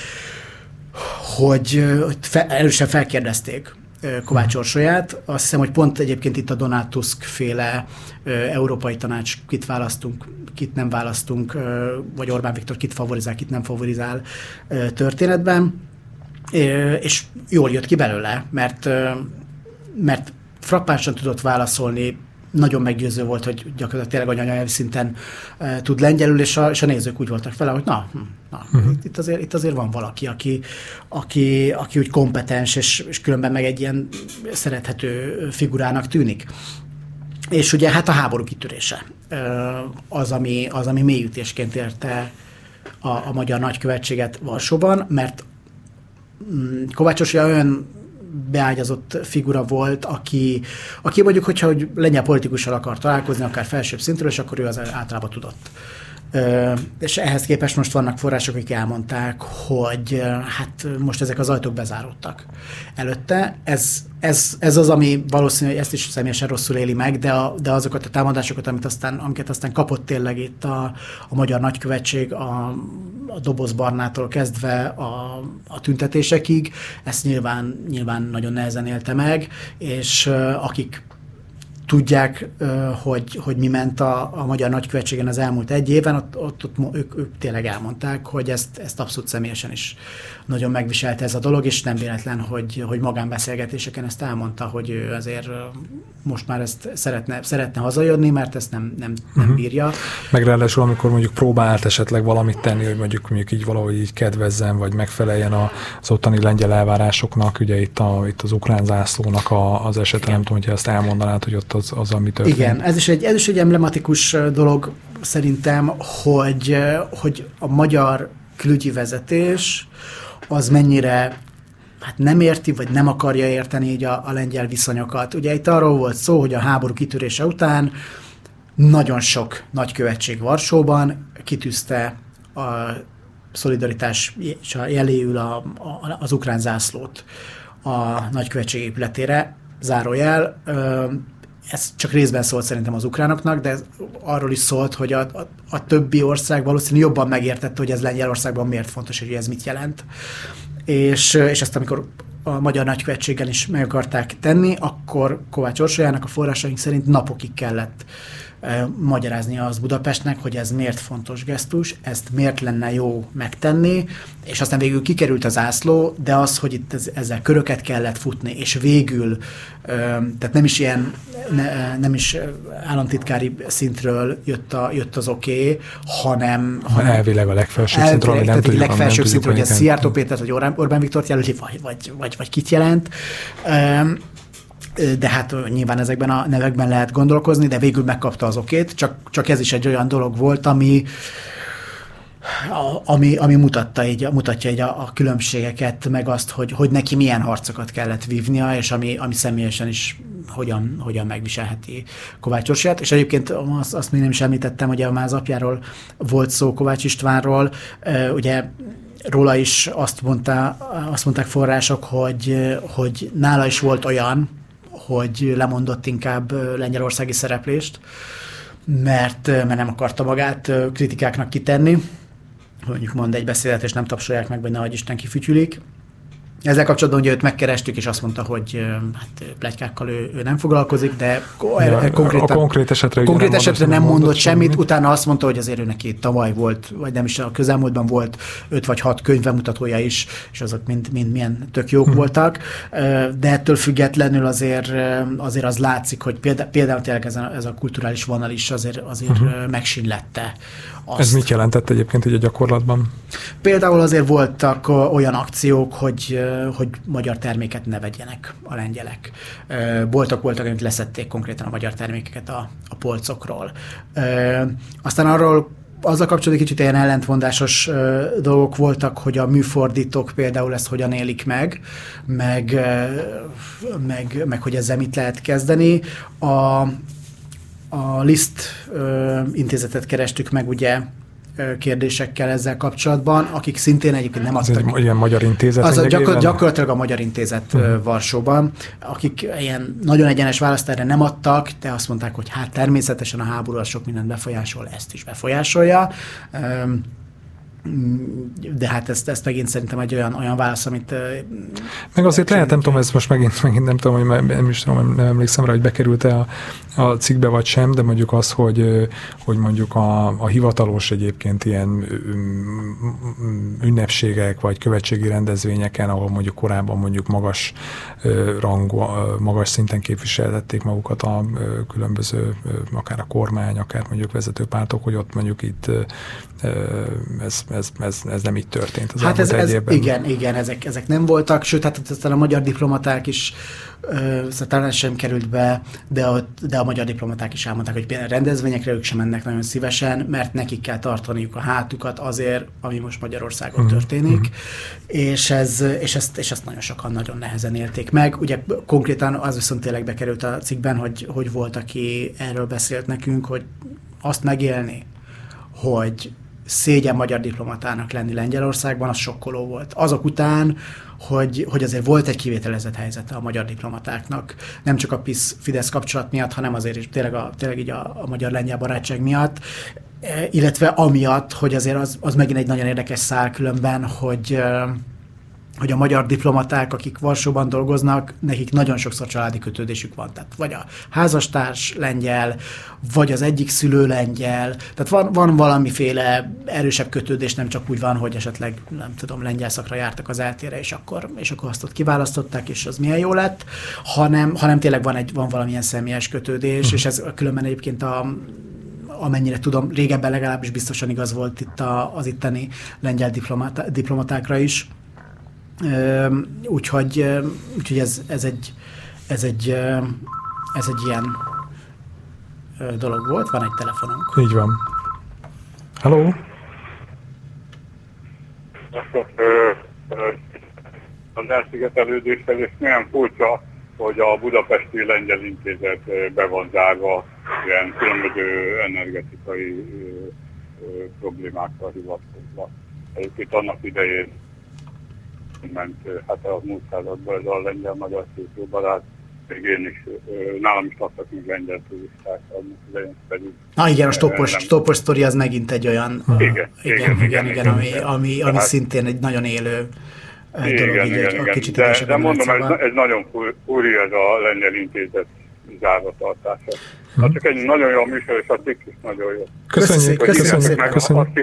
hogy fe, erősen felkérdezték Kovács Orsolyát. Azt hiszem, hogy pont egyébként itt a Donald Tusk féle ö, Európai Tanács, kit választunk, kit nem választunk, ö, vagy Orbán Viktor kit favorizál, kit nem favorizál ö, történetben. Ö, és jól jött ki belőle, mert, ö, mert frappánsan tudott válaszolni, nagyon meggyőző volt, hogy gyakorlatilag tényleg anyanyelvi szinten uh, tud lengyelül, és a, és a nézők úgy voltak vele, hogy na, na uh-huh. itt, azért, itt azért van valaki, aki, aki, aki úgy kompetens, és, és különben meg egy ilyen szerethető figurának tűnik. És ugye hát a háború kitörése uh, az, ami, az, ami mélyütésként érte a, a magyar nagykövetséget Varsóban, mert um, Kovács Orsolya olyan beágyazott figura volt, aki, aki mondjuk, hogyha hogy lengyel politikussal akar találkozni, akár felsőbb szintről, és akkor ő az általában tudott. Ö, és ehhez képest most vannak források, akik elmondták, hogy hát most ezek az ajtók bezáródtak előtte. Ez, ez, ez az, ami valószínű, hogy ezt is személyesen rosszul éli meg, de, a, de azokat a támadásokat, amit aztán, amiket aztán kapott tényleg itt a, a magyar nagykövetség, a, a Doboz Barnától kezdve a, a tüntetésekig, ezt nyilván, nyilván nagyon nehezen élte meg, és uh, akik tudják, hogy, hogy mi ment a, a magyar nagykövetségen az elmúlt egy éven, ott, ott, ott ők, ők tényleg elmondták, hogy ezt, ezt abszolút személyesen is nagyon megviselte ez a dolog, és nem véletlen, hogy, hogy magánbeszélgetéseken ezt elmondta, hogy ő azért most már ezt szeretne, szeretne hazajönni, mert ezt nem, nem, nem uh-huh. bírja. Meg ráadásul, amikor mondjuk próbált esetleg valamit tenni, hogy mondjuk, mondjuk így valahogy így kedvezzen, vagy megfeleljen az ottani lengyel elvárásoknak, ugye itt, a, itt az ukrán zászlónak a, az esete, igen. Nem tudom, hogyha ezt elmondanád, hogy ott az, az ami történt. Igen, ez is egy, ez is egy emblematikus dolog szerintem, hogy, hogy a magyar külügyi vezetés az mennyire hát nem érti, vagy nem akarja érteni így a, a lengyel viszonyokat. Ugye itt arról volt szó, hogy a háború kitörése után nagyon sok nagykövetség Varsóban kitűzte a szolidaritás jeléül a, a, az ukrán zászlót a nagykövetség épületére, zárójel. Ez csak részben szólt szerintem az ukránoknak, de ez arról is szólt, hogy a, a, a többi ország valószínűleg jobban megértette, hogy ez Lengyelországban miért fontos, hogy ez mit jelent. És, és ezt amikor a magyar nagykövetségen is meg akarták tenni, akkor Kovács Orsolyának a forrásaink szerint napokig kellett e, magyaráznia az Budapestnek, hogy ez miért fontos gesztus, ezt miért lenne jó megtenni, és aztán végül kikerült az zászló, de az, hogy itt ez, ezzel köröket kellett futni, és végül, e, tehát nem is ilyen, ne, nem is államtitkári szintről jött, a, jött az oké, okay, hanem, hanem... Elvileg a legfelsőbb szintről, ami nem tudjuk. legfelsőbb szintről, hogy ez Szijjártó Pétert, vagy Orbán Viktort jelöli, vagy, vagy, vagy, vagy kit jelent. De hát nyilván ezekben a nevekben lehet gondolkozni, de végül megkapta az okét, csak, csak ez is egy olyan dolog volt, ami ami, ami mutatta így, mutatja így a, a különbségeket, meg azt, hogy, hogy neki milyen harcokat kellett vívnia, és ami, ami személyesen is hogyan, hogyan megviselheti Kovács Orsiát. És egyébként azt, azt még nem is említettem, hogy már az apjáról volt szó, Kovács Istvánról, ugye róla is azt, mondta, azt mondták források, hogy, hogy nála is volt olyan, hogy lemondott inkább lengyelországi szereplést, mert, mert nem akarta magát kritikáknak kitenni. Mondjuk mond egy beszédet, és nem tapsolják meg, vagy nehogy Isten kifütyülik. Ezzel kapcsolatban ugye őt megkerestük, és azt mondta, hogy hát pletykákkal ő, ő nem foglalkozik, de ja, konkrétan, a konkrét esetre, konkrét nem, esetre mondott, nem mondott semmit. semmit. Utána azt mondta, hogy azért ő neki tavaly volt, vagy nem is a közelmúltban volt öt vagy hat könyvemutatója is, és azok mind, mind milyen tök jók hmm. voltak. De ettől függetlenül azért, azért az látszik, hogy például, például tényleg ez a, ez a kulturális vonal is azért, azért hmm. megsínlette. Azt. Ez mit jelentett egyébként így a gyakorlatban? Például azért voltak olyan akciók, hogy, hogy magyar terméket ne vegyenek a lengyelek. Voltak, voltak, amik leszették konkrétan a magyar termékeket a, a polcokról. Aztán arról azzal kapcsolatban kicsit ilyen ellentmondásos dolgok voltak, hogy a műfordítók például ezt hogyan élik meg, meg, meg, meg hogy ezzel mit lehet kezdeni. A A Liszt ö, intézetet kerestük meg ugye ö, kérdésekkel ezzel kapcsolatban, akik szintén egyébként nem adtak. Ez egy ilyen magyar intézet? Az a gyakor, gyakorlatilag a Magyar Intézet uh-huh. ö, Varsóban, akik ilyen nagyon egyenes választ erre nem adtak, de azt mondták, hogy hát természetesen a háború az sok mindent befolyásol, ezt is befolyásolja. Ö, de hát ezt, ezt megint szerintem egy olyan, olyan válasz, amit... Meg azért lehet, nem tudom, ez most megint, megint nem tudom, hogy nem is tudom, nem emlékszem rá, hogy bekerült-e a, a cikkbe vagy sem, de mondjuk az, hogy, hogy mondjuk a, a hivatalos egyébként ilyen ünnepségek vagy követségi rendezvényeken, ahol mondjuk korábban mondjuk magas rangú, magas szinten képviseltették magukat a különböző, akár a kormány, akár mondjuk vezető pártok, hogy ott mondjuk itt ez, ez, ez, ez nem így történt az hát ez, ez, évben. Igen, igen ezek, ezek nem voltak, sőt, hát aztán a magyar diplomaták is uh, talán sem került be, de a, de a magyar diplomaták is elmondták, hogy például rendezvényekre ők sem mennek nagyon szívesen, mert nekik kell tartaniuk a hátukat azért, ami most Magyarországon uh-huh. történik, uh-huh. és, ez, és, ezt, és ezt nagyon sokan nagyon nehezen élték meg. Ugye konkrétan az viszont tényleg bekerült a cikkben, hogy, hogy volt, aki erről beszélt nekünk, hogy azt megélni, hogy szégyen magyar diplomatának lenni Lengyelországban, az sokkoló volt. Azok után, hogy, hogy azért volt egy kivételezett helyzete a magyar diplomatáknak, nem csak a PiS-Fidesz kapcsolat miatt, hanem azért is tényleg, a, tényleg így a, a magyar-lengyel barátság miatt, illetve amiatt, hogy azért az, az megint egy nagyon érdekes szál különben, hogy hogy a magyar diplomaták, akik Varsóban dolgoznak, nekik nagyon sokszor családi kötődésük van. Tehát vagy a házastárs lengyel, vagy az egyik szülő lengyel. Tehát van, van valamiféle erősebb kötődés, nem csak úgy van, hogy esetleg, nem tudom, lengyel szakra jártak az eltére, és akkor, és akkor azt ott kiválasztották, és az milyen jó lett, hanem, hanem tényleg van, egy, van valamilyen személyes kötődés, uh-huh. és ez különben egyébként a amennyire tudom, régebben legalábbis biztosan igaz volt itt a, az itteni lengyel diplomata, diplomatákra is. Úgyhogy, úgyhogy ez, ez, egy, ez, egy, ez egy ilyen dolog volt. Van egy telefonunk. Így van. Halló? Az elszigetelődéssel, és milyen furcsa, hogy a Budapesti Lengyel Intézet be van zárva ilyen különböző energetikai problémákra hivatkozva. Egyébként annak idején ment hát a múlt században ez a lengyel-magyar szétjóbarát, még én is, nálam is laktak még lengyel turisták, annak idején pedig. Na igen, a stoppos, stoppos sztori az megint egy olyan, igen, igen, igen, igen, igen, igen ami, ami, ami szintén egy nagyon élő igen, dolog, igen, így igen, egy, a kicsit de, de mondom, ez, ez nagyon fúri ez a Lengyel Intézet zárva tartása. Hmm. Hát csak egy nagyon jó műsor, és a cikk is nagyon jó. Köszönjük, köszönjük, köszönjük. köszönjük.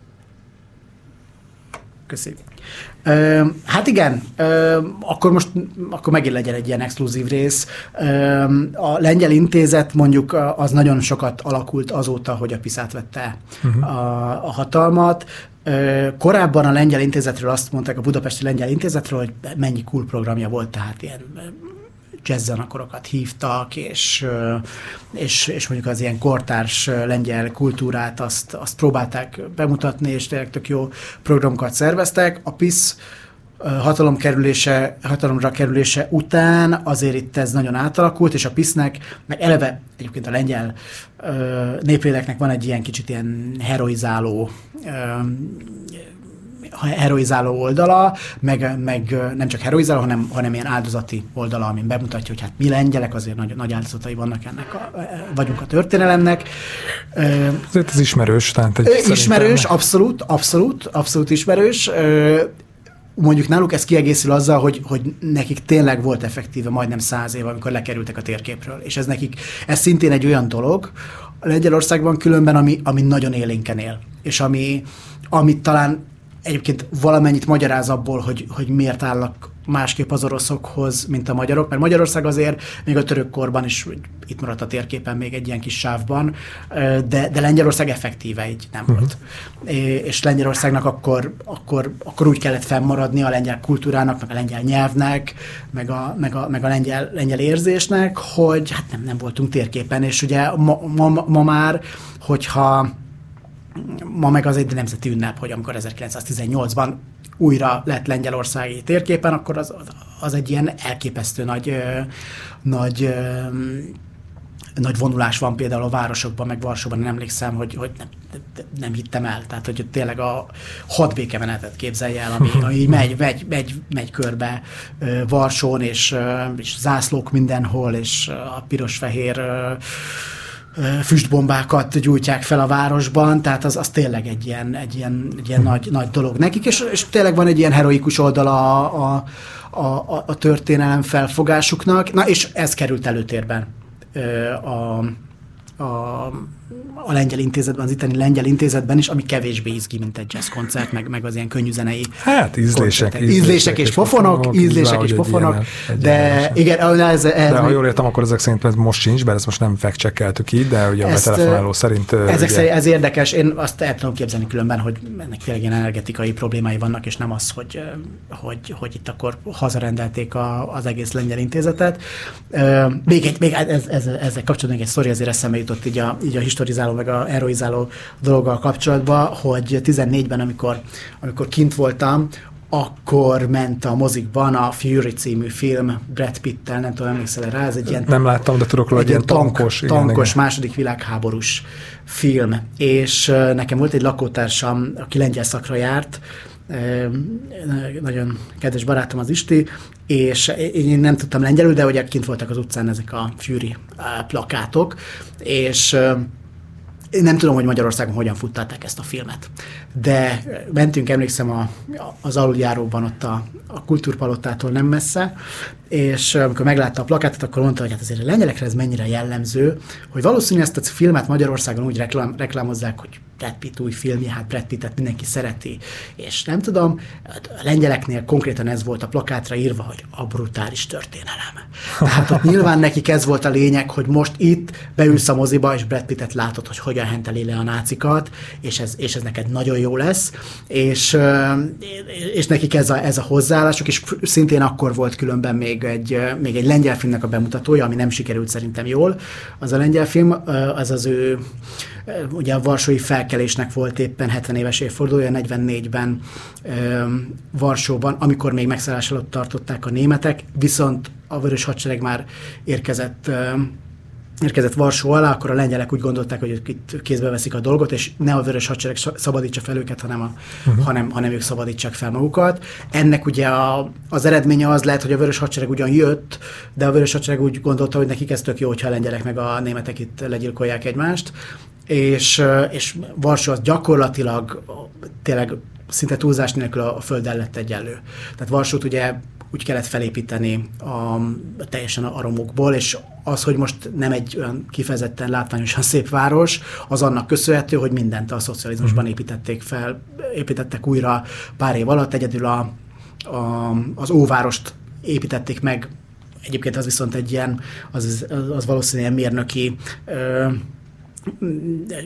Köszönjük. Uh, hát igen, uh, akkor most akkor megint legyen egy ilyen exkluzív rész. Uh, a Lengyel Intézet mondjuk az nagyon sokat alakult azóta, hogy a PiS átvette uh-huh. a, a hatalmat. Uh, korábban a Lengyel Intézetről azt mondták, a Budapesti Lengyel Intézetről, hogy mennyi cool programja volt, tehát ilyen jazzzenekarakat hívtak, és, és, és mondjuk az ilyen kortárs lengyel kultúrát azt, azt próbálták bemutatni, és tényleg tök jó programokat szerveztek. A PiS hatalom kerülése, hatalomra kerülése után azért itt ez nagyon átalakult, és a PiS-nek, meg eleve egyébként a lengyel ö, néplédeknek van egy ilyen kicsit ilyen heroizáló ö, heroizáló oldala, meg, meg nem csak heroizáló, hanem, hanem ilyen áldozati oldala, amin bemutatja, hogy hát mi lengyelek, azért nagy, nagy áldozatai vannak ennek, a, vagyunk a történelemnek. Ezért ez ismerős. Tehát egy ismerős, abszolút, abszolút, abszolút ismerős. Mondjuk náluk ez kiegészül azzal, hogy, hogy nekik tényleg volt effektíve majdnem száz év, amikor lekerültek a térképről. És ez nekik, ez szintén egy olyan dolog, Lengyelországban különben, ami, ami nagyon élénken él. És ami, amit talán egyébként valamennyit magyaráz abból, hogy, hogy miért állnak másképp az oroszokhoz, mint a magyarok, mert Magyarország azért még a török korban is itt maradt a térképen még egy ilyen kis sávban, de, de Lengyelország effektíve így nem uh-huh. volt. És Lengyelországnak akkor, akkor, akkor úgy kellett fennmaradni a lengyel kultúrának, meg a lengyel nyelvnek, meg a, meg a, meg a lengyel, lengyel érzésnek, hogy hát nem, nem voltunk térképen, és ugye ma, ma, ma már, hogyha ma meg az egy nemzeti ünnep, hogy amikor ezerkilencszáztizennyolcban újra lett lengyelországi térképen, akkor az, az egy ilyen elképesztő nagy, nagy, nagy vonulás van például a városokban, meg Varsóban, nem emlékszem, hogy, hogy nem, nem hittem el. Tehát, hogy tényleg a hat békemenetet képzelje el, ami, ami megy, megy, megy, megy körbe Varsón, és, és zászlók mindenhol, és a piros-fehér füstbombákat gyújtják fel a városban, tehát az, az tényleg egy ilyen, egy ilyen, egy ilyen nagy, nagy dolog nekik, és, és tényleg van egy ilyen heroikus oldala a, a, a, a történelem felfogásuknak, na és ez került előtérben a, a, a lengyel intézetben, az itteni lengyel intézetben is, ami kevésbé izgi, mint egy jazzkoncert, meg, meg az ilyen könnyűzenei hát ízlések, ízlések, ízlések és pofonok, pofonok ízlések és pofonok, ilyen, de igen, ez, ez... De ha jól értem, akkor ezek szerint ez most sincs, bár ezt most nem fact-checkeltük így, de ugye ezt, a betelefonáló szerint... Ezek ugye... szerint ez érdekes, én azt el tudom képzelni különben, hogy ennek tényleg ilyen energetikai problémái vannak, és nem az, hogy, hogy, hogy itt akkor hazarendelték a, az egész lengyel intézetet. Még, egy, még ez, ez, ezzel kapcsolatban egy sztori azért eszembe jutott így a, így a historizáló meg a heroizáló dologgal kapcsolatban, hogy tizennégyben, amikor, amikor kint voltam, akkor ment a mozikban a Fury című film Brad Pittel, nem tudom, emlékszel rá, ez egy ilyen... Nem láttam, de tudok róla, egy ilyen tankos. Tank, tankos igen, második világháborús film. És nekem volt egy lakótársam, aki lengyel szakra járt, nagyon kedves barátom az Isti, és én nem tudtam lengyelül, de ugye kint voltak az utcán ezek a Fury plakátok, és én nem tudom, hogy Magyarországon hogyan futtatták ezt a filmet, de mentünk, emlékszem, a, az aluljáróban ott a, a Kultúrpalotától nem messze, és amikor meglátta a plakátot, akkor mondta, hogy hát azért a lengyelekre ez mennyire jellemző, hogy valószínűleg ezt a filmet Magyarországon úgy reklám, reklámozzák, hogy Brad Pitt új filmje, hát Brad Pittet mindenki szereti, és nem tudom, a lengyeleknél konkrétan ez volt a plakátra írva, hogy a brutális történelem. Tehát ott nyilván nekik ez volt a lényeg, hogy most itt beülsz a moziba, és Brad Pittet látod, hogy hogyan henteli le a nácikat, és ez, és ez neked nagyon jó lesz, és, és nekik ez a, ez a hozzáállásuk, és szintén akkor volt különben még egy, még egy lengyel filmnek a bemutatója, ami nem sikerült szerintem jól. Az a lengyel film, az az ő, ugye a varsói felkelésnek volt éppen hetven éves évfordulója, negyvennégyben Varsóban, amikor még megszállás alatt tartották a németek, viszont a Vörös Hadsereg már érkezett érkezett Varsó alá, akkor a lengyelek úgy gondolták, hogy itt kézbe veszik a dolgot, és ne a Vörös Hadsereg szabadítsa fel őket, hanem, a, uh-huh. hanem, hanem ők szabadítsák fel magukat. Ennek ugye a, az eredménye az lehet, hogy a Vörös Hadsereg ugyan jött, de a Vörös Hadsereg úgy gondolta, hogy nekik ez tök jó, hogyha a lengyelek meg a németek itt legyilkolják egymást, és, és Varsó az gyakorlatilag tényleg szinte túlzás nélkül a, a földdel lett egyenlő. Tehát Varsót ugye úgy kellett felépíteni a, a teljesen a romokból, és az, hogy most nem egy olyan kifejezetten látványosan szép város, az annak köszönhető, hogy mindent a szocializmusban építették fel, építettek újra pár év alatt, egyedül a, a, az óvárost építették meg, egyébként az viszont egy ilyen, az, az valószínűleg mérnöki ö,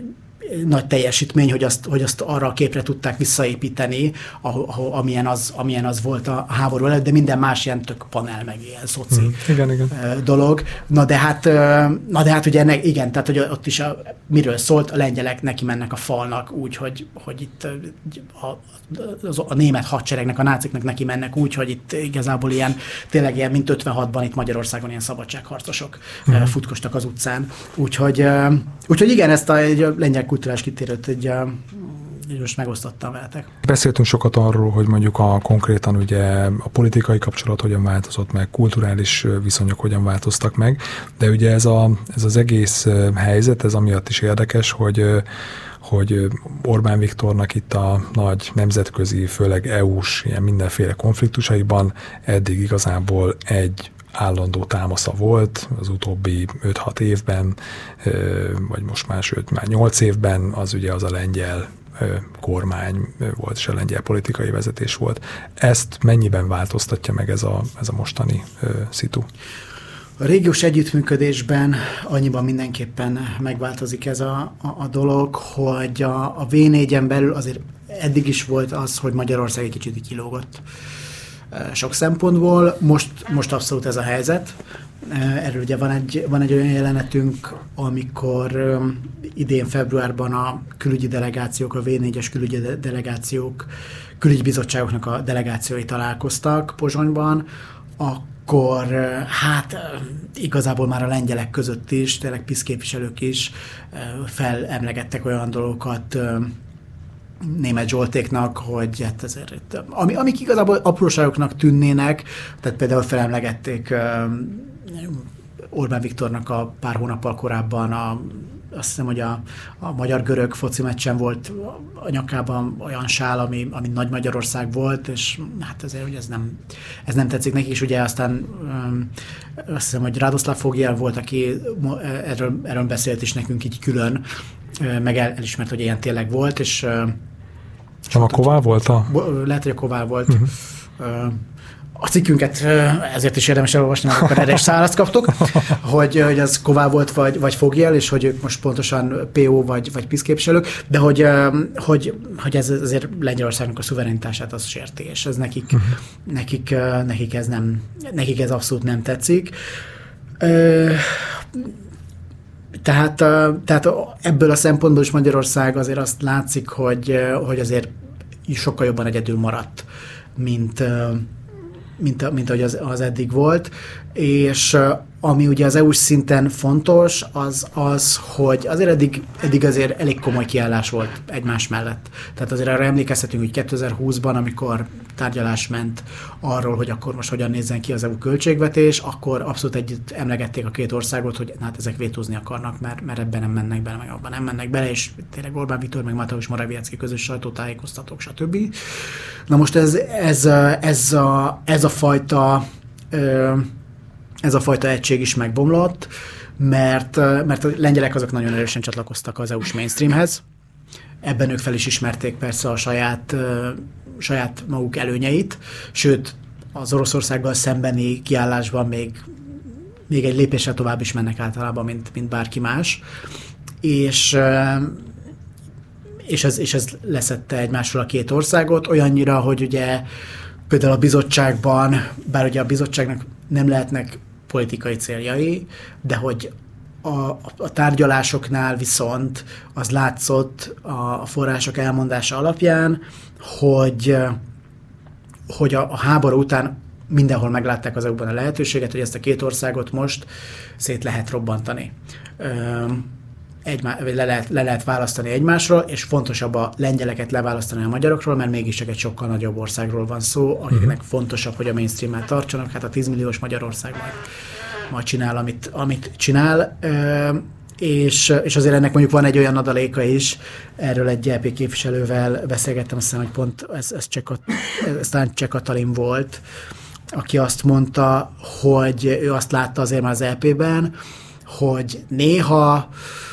nagy teljesítmény, hogy azt, hogy azt arra a képre tudták visszaépíteni, ahol, ahol, amilyen, az, amilyen az volt a háború előtt, de minden más ilyen tök panel, meg ilyen szoci mm, igen, igen. dolog. Na de hát, na de hát ugye ne, igen, tehát hogy ott is a, miről szólt, a lengyelek neki mennek a falnak úgy, hogy, hogy itt a, a, a német hadseregnek, a náciknak neki mennek úgy, hogy itt igazából ilyen, tényleg ilyen, mint ötvenhatban itt Magyarországon ilyen szabadságharcosok mm. futkostak az utcán. Úgyhogy, úgyhogy igen, ezt a, a lengyel kulturális kitérőt egy, egy most megosztottam veletek. Beszéltünk sokat arról, hogy mondjuk a konkrétan ugye a politikai kapcsolat hogyan változott meg, kulturális viszonyok hogyan változtak meg, de ugye ez, a, ez az egész helyzet, ez amiatt is érdekes, hogy hogy Orbán Viktornak itt a nagy nemzetközi, főleg é u-s ilyen mindenféle konfliktusaiban eddig igazából egy állandó támasza volt az utóbbi öt-hat évben, vagy most már, sőt, már nyolc évben, az ugye az a lengyel kormány volt, és a lengyel politikai vezetés volt. Ezt mennyiben változtatja meg ez a, ez a mostani szitu? A régiós együttműködésben annyiban mindenképpen megváltozik ez a, a, a dolog, hogy a, a vé négyen belül azért eddig is volt az, hogy Magyarország egy kicsit kilógott sok szempontból. Most, most abszolút ez a helyzet. Erről ugye van egy, van egy olyan jelenetünk, amikor idén februárban a külügyi delegációk, a vé négyes külügyi delegációk, külügybizottságoknak a delegációi találkoztak Pozsonyban, akkor hát igazából már a lengyelek között is, tényleg PiS képviselők is felemlegettek olyan dolgokat Németh Zsoltéknak, hogy hát ezért, ami, amik igazából apróságoknak tűnnének, tehát például felemlegették Orbán Viktornak a pár hónappal korábban a, azt hiszem, hogy a, a magyar-görög foci meccsen volt a nyakában olyan sál, ami, ami Nagy Magyarország volt, és hát ezért ugye ez nem, ez nem tetszik neki, és ugye aztán um, azt hiszem, hogy Radoslav Fogjel volt, aki erről, erről beszélt is nekünk így külön, meg el, elismert, hogy ilyen tényleg volt, és nem a Kovály volt a? Lehet, hogy a Kovály volt. Uh-huh. A cikkünket ezért is érdemes elolvasni, mert akkor erre is szálaszt kaptok, hogy, hogy az Kovály volt, vagy, vagy Fogjel, és hogy ők most pontosan pé o vagy, vagy PiS képviselők, de hogy, hogy, hogy ez azért Lengyelországnak a szuverenitását az sérti, és ez nekik, uh-huh. nekik, nekik, ez nem, nekik ez abszolút nem tetszik. Tehát, tehát ebből a szempontból is Magyarország azért azt látszik, hogy, hogy azért sokkal jobban egyedül maradt, mint, mint, mint ahogy az, az eddig volt, és ami ugye az é u-s szinten fontos, az az, hogy azért eddig, eddig azért elég komoly kiállás volt egymás mellett. Tehát azért arra emlékezhetünk, hogy kétezer-húszban, amikor tárgyalás ment arról, hogy akkor most hogyan nézzen ki az é u költségvetés, akkor abszolút együtt emlegették a két országot, hogy hát ezek vétózni akarnak, mert, mert ebben nem mennek bele, meg abban nem mennek bele, és tényleg Orbán Viktor, meg Mateusz Morawiecki közös sajtótájékoztatók, stb. Na most ez, ez, ez, a, ez a fajta ez a fajta egység is megbomlott, mert, mert a lengyelek azok nagyon erősen csatlakoztak az é u-s mainstreamhez. Ebben ők fel is ismerték persze a saját, saját maguk előnyeit, sőt az Oroszországgal szembeni kiállásban még, még egy lépéssel tovább is mennek általában, mint, mint bárki más. És, és, ez, és ez leszette egymásról a két országot, olyannyira, hogy ugye például a bizottságban, bár ugye a bizottságnak nem lehetnek politikai céljai, de hogy a, a tárgyalásoknál viszont az látszott a források elmondása alapján, hogy, hogy a, a háború után mindenhol meglátták az é u-ban a lehetőséget, hogy ezt a két országot most szét lehet robbantani. Egymá, le, lehet, le lehet választani egymásról, és fontosabb a lengyeleket leválasztani a magyarokról, mert mégiscsak egy sokkal nagyobb országról van szó, akiknek uh-huh. fontosabb, hogy a mainstreamet tartsanak. Hát a tízmilliós Magyarország majd, majd csinál, amit, amit csinál. És, és azért ennek mondjuk van egy olyan adaléka is, erről egy é pé képviselővel beszélgettem, azt hiszem, hogy pont ez, ez, Cseka, ez talán Cseh Katalin volt, aki azt mondta, hogy ő azt látta azért már az é pében, hogy néha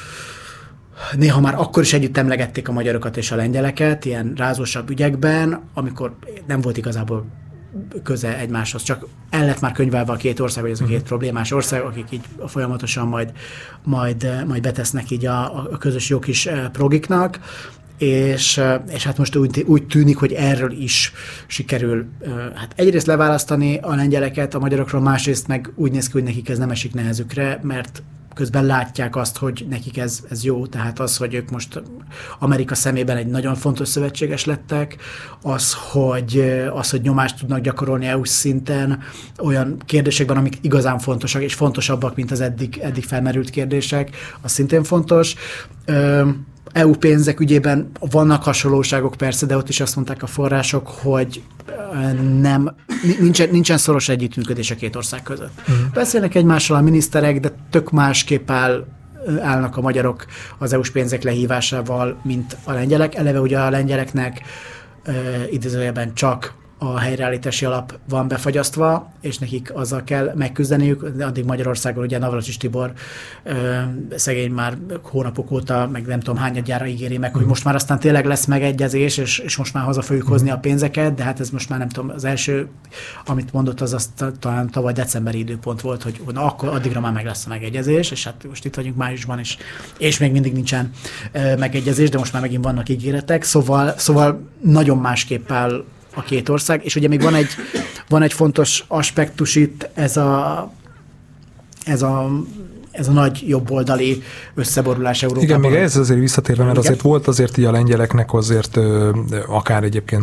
Néha már akkor is együtt emlegették a magyarokat és a lengyeleket, ilyen rázósabb ügyekben, amikor nem volt igazából köze egymáshoz. Csak el lett már könyvelve a két ország, vagy ez a két problémás ország, akik így folyamatosan majd, majd, majd betesznek így a, a közös jó kis progiknak, és, és hát most úgy, úgy tűnik, hogy erről is sikerül hát egyrészt leválasztani a lengyeleket a magyarokról, másrészt meg úgy néz ki, hogy nekik ez nem esik nehezükre, mert közben látják azt, hogy nekik ez, ez jó, tehát az, hogy ők most Amerika szemében egy nagyon fontos szövetséges lettek, az, hogy, az, hogy nyomást tudnak gyakorolni é u szinten olyan kérdésekben, amik igazán fontosak, és fontosabbak, mint az eddig, eddig felmerült kérdések, az szintén fontos. é u pénzek ügyében vannak hasonlóságok persze, de ott is azt mondták a források, hogy nem, nincsen, nincsen szoros együttműködés a két ország között. Uh-huh. Beszélnek egymással a miniszterek, de tök másképp áll, állnak a magyarok az é u-s pénzek lehívásával, mint a lengyelek. Eleve ugye a lengyeleknek uh, idézőjelben csak a helyreállítási alap van befagyasztva, és nekik azzal kell megküzdeniük. Addig Magyarországon ugye Navracsics Tibor ö, szegény már hónapok óta, meg nem tudom hányadjára ígéri meg, hogy most már aztán tényleg lesz megegyezés, és, és most már haza fogjuk hozni a pénzeket, de hát ez most már nem tudom, az első, amit mondott, az azt talán tavaly decemberi időpont volt, hogy na, akkor addigra már meg lesz a megegyezés, és hát most itt vagyunk májusban, és, és még mindig nincsen ö, megegyezés, de most már megint vannak ígéretek, szóval, szóval nagyon másképp áll a két ország, és ugye még van egy, van egy fontos aspektus itt, ez a, ez a, ez a nagy jobboldali összeborulás Európában. Igen, még ez azért visszatérve, mert azért volt azért így a lengyeleknek azért akár egyébként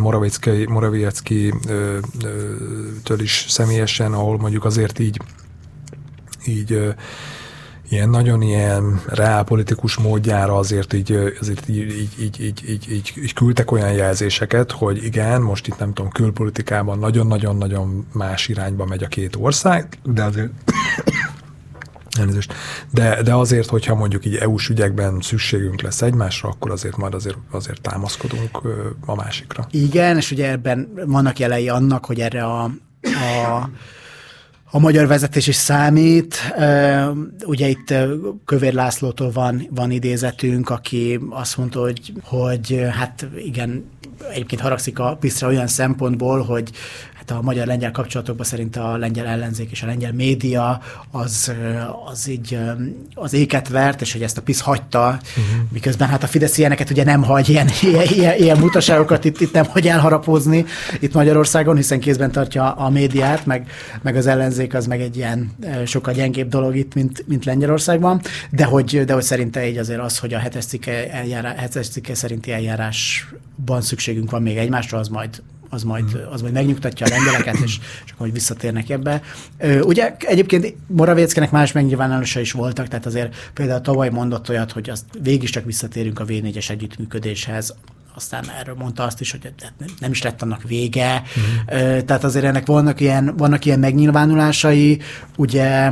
Morawiecki-től is személyesen, ahol mondjuk azért így így ilyen nagyon ilyen reálpolitikus módjára azért így, azért így, így, így, így, így, így, így küldtek olyan jelzéseket, hogy igen, most itt nem tudom, külpolitikában nagyon-nagyon-nagyon más irányba megy a két ország, de azért de, de azért, hogyha mondjuk így é u-s ügyekben szükségünk lesz egymásra, akkor azért majd azért, azért támaszkodunk a másikra. Igen, és ugye ebben vannak jelei annak, hogy erre a, a A magyar vezetés is számít. Ugye itt Kövér Lászlótól van, van idézetünk, aki azt mondta, hogy, hogy hát igen, egyébként haragszik a piszra olyan szempontból, hogy hát a magyar-lengyel kapcsolatokban szerint a lengyel ellenzék és a lengyel média az, az így az éket vert, és hogy ezt a pisz hagyta, uh-huh. miközben hát a Fidesz ilyeneket ugye nem hagy, ilyen, ilyen, ilyen mutaságokat itt, itt nem hagy elharapózni itt Magyarországon, hiszen kézben tartja a médiát, meg, meg az ellenzék az meg egy ilyen sokkal gyengébb dolog itt, mint, mint Lengyelországban, de hogy, de hogy szerinte így azért az, hogy a hetes cikke, eljárás, hetes cikke szerinti eljárásban szükségünk van még egymásra, az majd az majd, az majd megnyugtatja a lengyeleket, és csak majd visszatérnek ebbe. Ugye egyébként Morawieckinek más megnyilvánulása is voltak, tehát azért például tavaly mondott olyat, hogy azt végig csak visszatérünk a vé négyes együttműködéshez, aztán erről mondta azt is, hogy nem is lett annak vége. Mm. Tehát azért ennek vannak ilyen, vannak ilyen megnyilvánulásai, ugye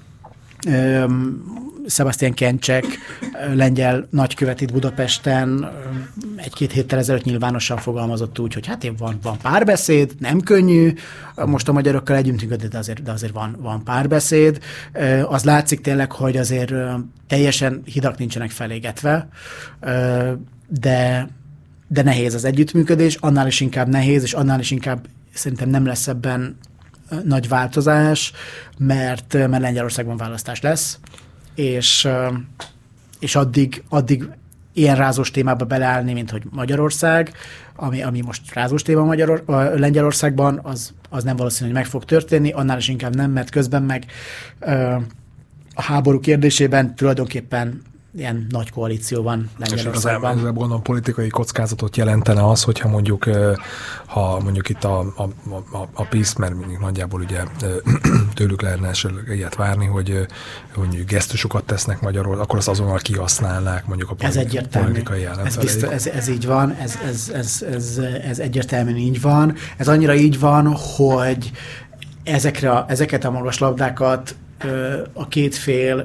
Sebastian Kencsek, lengyel nagykövet itt Budapesten egy-két héttel ezelőtt nyilvánosan fogalmazott úgy, hogy hát van, van párbeszéd, nem könnyű, most a magyarokkal együttműködni, de azért, de azért van, van párbeszéd. Az látszik tényleg, hogy azért teljesen hidak nincsenek felégetve, de, de nehéz az együttműködés, annál is inkább nehéz, és annál is inkább szerintem nem lesz ebben nagy változás, mert, mert Lengyelországban választás lesz, és, és addig, addig ilyen rázós témába beleállni, mint hogy Magyarország, ami, ami most rázós téma Magyaror, Lengyelországban, az, az nem valószínű, hogy meg fog történni, annál is inkább nem, mert közben meg a háború kérdésében tulajdonképpen ilyen nagy koalíció van Lengyelországban. És igazából gondolom politikai kockázatot jelentene az, hogyha mondjuk, ha mondjuk itt a, a, a, a PiS, mert mondjuk nagyjából ugye tőlük lehetne ilyet várni, hogy mondjuk gesztusokat tesznek magyarul, akkor azt azonnal kihasználnák mondjuk a ez politikai ellenfeleit. Ez, ez, ez így van, ez, ez, ez, ez, ez egyértelműen így van. Ez annyira így van, hogy ezekre, ezeket a magaslabdákat a két fél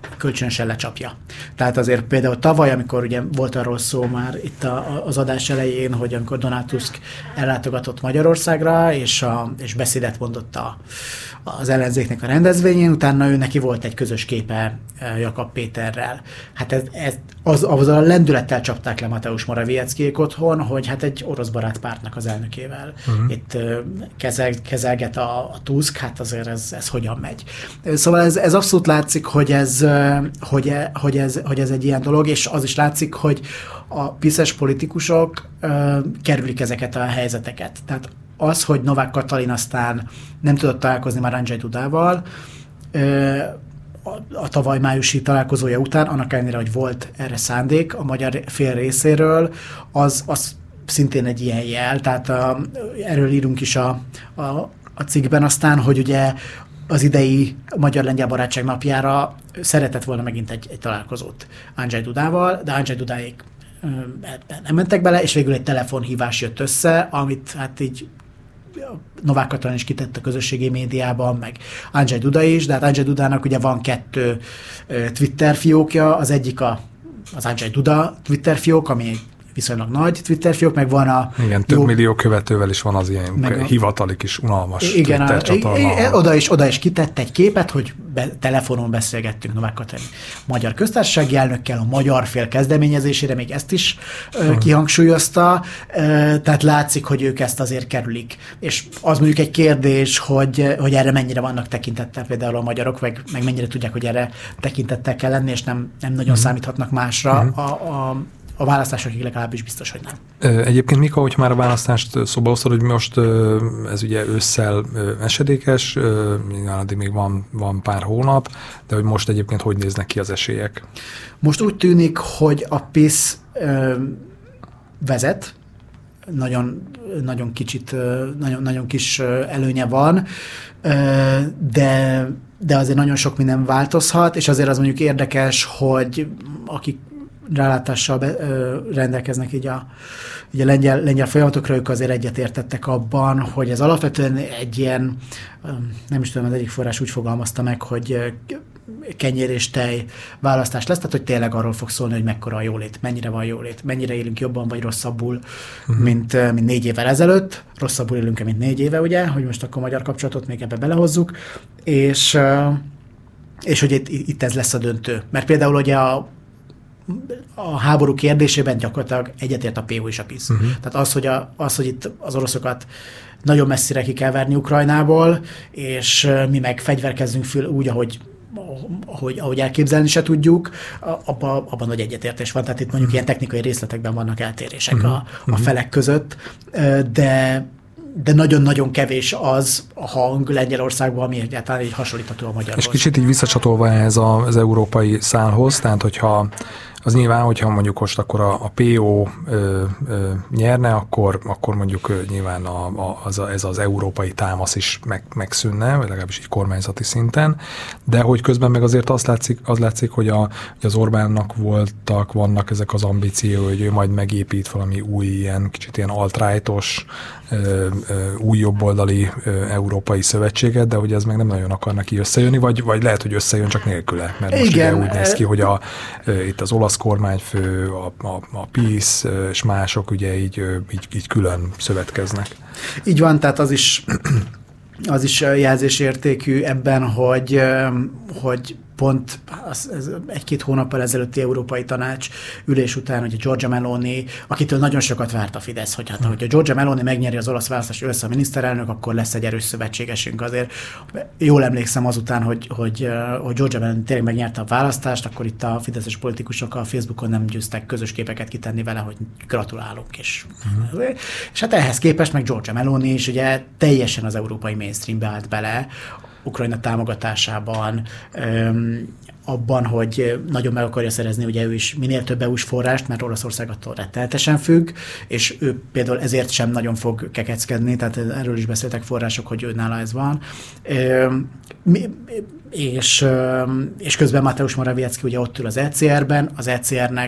kölcsönösen lecsapja. Tehát azért például tavaly, amikor ugye volt arról szó már itt a, az adás elején, hogy amikor Donald Tusk ellátogatott Magyarországra, és, a, és beszédet mondott a, az ellenzéknek a rendezvényén, utána ő neki volt egy közös képe Jakab Péterrel. Hát ez, ez, az, az a lendülettel csapták le Mateusz Morawieckiék otthon, hogy hát egy orosz barát pártnak az elnökével uh-huh. itt kezel, kezelget a, a Tusk, hát azért ez, ez hogyan megy. Szóval ez, ez abszolút látszik, hogy ez, hogy, hogy, ez, hogy ez egy ilyen dolog, és az is látszik, hogy a piszes politikusok uh, kerülik ezeket a helyzeteket. Tehát az, hogy Novák Katalin aztán nem tudott találkozni már Andrzej Dudával, uh, a, a tavaly májusi találkozója után, annak ellenére, hogy volt erre szándék a magyar fél részéről, az, az szintén egy ilyen jel. Tehát a, erről írunk is a, a, a cikkben aztán, hogy ugye az idei Magyar-Lengyel Barátság napjára szeretett volna megint egy, egy találkozót Andrzej Dudával, de Andrzej Dudáék nem mentek bele, és végül egy telefonhívás jött össze, amit hát így Novák Katalin is kitett a közösségi médiában, meg Andrzej Duda is, de hát Andrzej Dudának ugye van kettő Twitter fiókja, az egyik a, az Andrzej Duda Twitter fiók, ami viszonylag nagy Twitter fiók, meg van a... Igen, több jó, millió követővel is van az ilyen a, hivatali kis unalmas igen, Twitter a, csatorna. Igen, oda is, oda is kitett egy képet, hogy be, telefonon beszélgettünk Novák Katalin magyar köztársasági elnökkel, a magyar fél kezdeményezésére, még ezt is uh, kihangsúlyozta, uh, tehát látszik, hogy ők ezt azért kerülik. És az mondjuk egy kérdés, hogy, hogy erre mennyire vannak tekintettel például a magyarok, meg, meg mennyire tudják, hogy erre tekintettel kell lenni, és nem, nem nagyon uh-huh. számíthatnak másra uh-huh. a, a A választásokig legalábbis biztos, hogy nem. Egyébként Mika, hogy már a választást szóba hoztad, hogy most ez ugye ősszel esedékes, nyilván addig még van, van pár hónap, de hogy most egyébként hogy néznek ki az esélyek? Most úgy tűnik, hogy a PiS vezet, nagyon, nagyon kicsit, nagyon, nagyon kis előnye van, de, de azért nagyon sok minden változhat, és azért az mondjuk érdekes, hogy akik rálátással be, ö, rendelkeznek így a, így a lengyel, lengyel folyamatokra, ők azért egyetértettek abban, hogy ez alapvetően egy ilyen, ö, nem is tudom, az egyik forrás úgy fogalmazta meg, hogy kenyér és tej választás lesz, tehát hogy tényleg arról fog szólni, hogy mekkora a jólét, mennyire van jólét, mennyire élünk jobban vagy rosszabbul, uh-huh. mint, mint négy évvel ezelőtt, rosszabbul élünk-e, mint négy éve, ugye, hogy most akkor magyar kapcsolatot még ebbe belehozzuk, és, és hogy itt, itt ez lesz a döntő. Mert például ugye a a háború kérdésében gyakorlatilag egyetért a pé o és a PiS. Uh-huh. Tehát az hogy, a, az, hogy itt az oroszokat nagyon messzire ki kell verni Ukrajnából, és mi meg fegyverkezzünk föl úgy, ahogy, ahogy, ahogy elképzelni se tudjuk, abban, abban nagy egyetértés van. Tehát itt mondjuk uh-huh. ilyen technikai részletekben vannak eltérések uh-huh. a, a felek között, de de nagyon-nagyon kevés az a hang Lengyelországban, ami egyáltalán így hasonlítható a magyarhoz. És kicsit így visszacsatolva ez az európai szálhoz, tehát hogyha az nyilván, hogyha mondjuk most akkor a, a pé o ö, ö, nyerne, akkor, akkor mondjuk ö, nyilván a, a, az a, ez az európai támasz is meg, megszűnne, vagy legalábbis így kormányzati szinten, de hogy közben meg azért azt látszik, az látszik, hogy, a, hogy az Orbánnak voltak, vannak ezek az ambíciói, hogy ő majd megépít valami új, ilyen kicsit ilyen alt-rightos, ö, ö, új jobboldali ö, európai szövetséget, de hogy ez meg nem nagyon akar neki összejönni, vagy, vagy lehet, hogy összejön csak nélküle, mert most igen, ugye úgy néz ki, hogy a, ö, itt az olasz kormányfő, a, a, a PiS és mások ugye így, így, így külön szövetkeznek. Így van, tehát az is, az is jelzésértékű ebben, hogy, hogy pont az, ez egy-két hónappal ezelőtti Európai Tanács ülés után, hogy a Giorgia Meloni, akitől nagyon sokat várt a Fidesz, hogy hát, hogy a Giorgia Meloni megnyeri az olasz választást, ő lesz a miniszterelnök, akkor lesz egy erős szövetségesünk. Azért jól emlékszem azután, hogy, hogy, hogy Giorgia Meloni tényleg megnyerte a választást, akkor itt a fideszes politikusok a Facebookon nem győztek közös képeket kitenni vele, hogy gratulálunk. És, uh-huh. és hát ehhez képest meg Giorgia Meloni is ugye teljesen az európai mainstreambe állt bele, Ukrajna támogatásában, öm, abban, hogy nagyon meg akarja szerezni ugye ő is minél több é u-s forrást, mert Oroszország attól rettenetesen függ, és ő például ezért sem nagyon fog kekeckedni, tehát erről is beszéltek források, hogy ő nála ez van. Öm, mi, és, öm, és közben Mateusz Morawiecki ugye ott ül az é cé er-ben, az é cé er-nek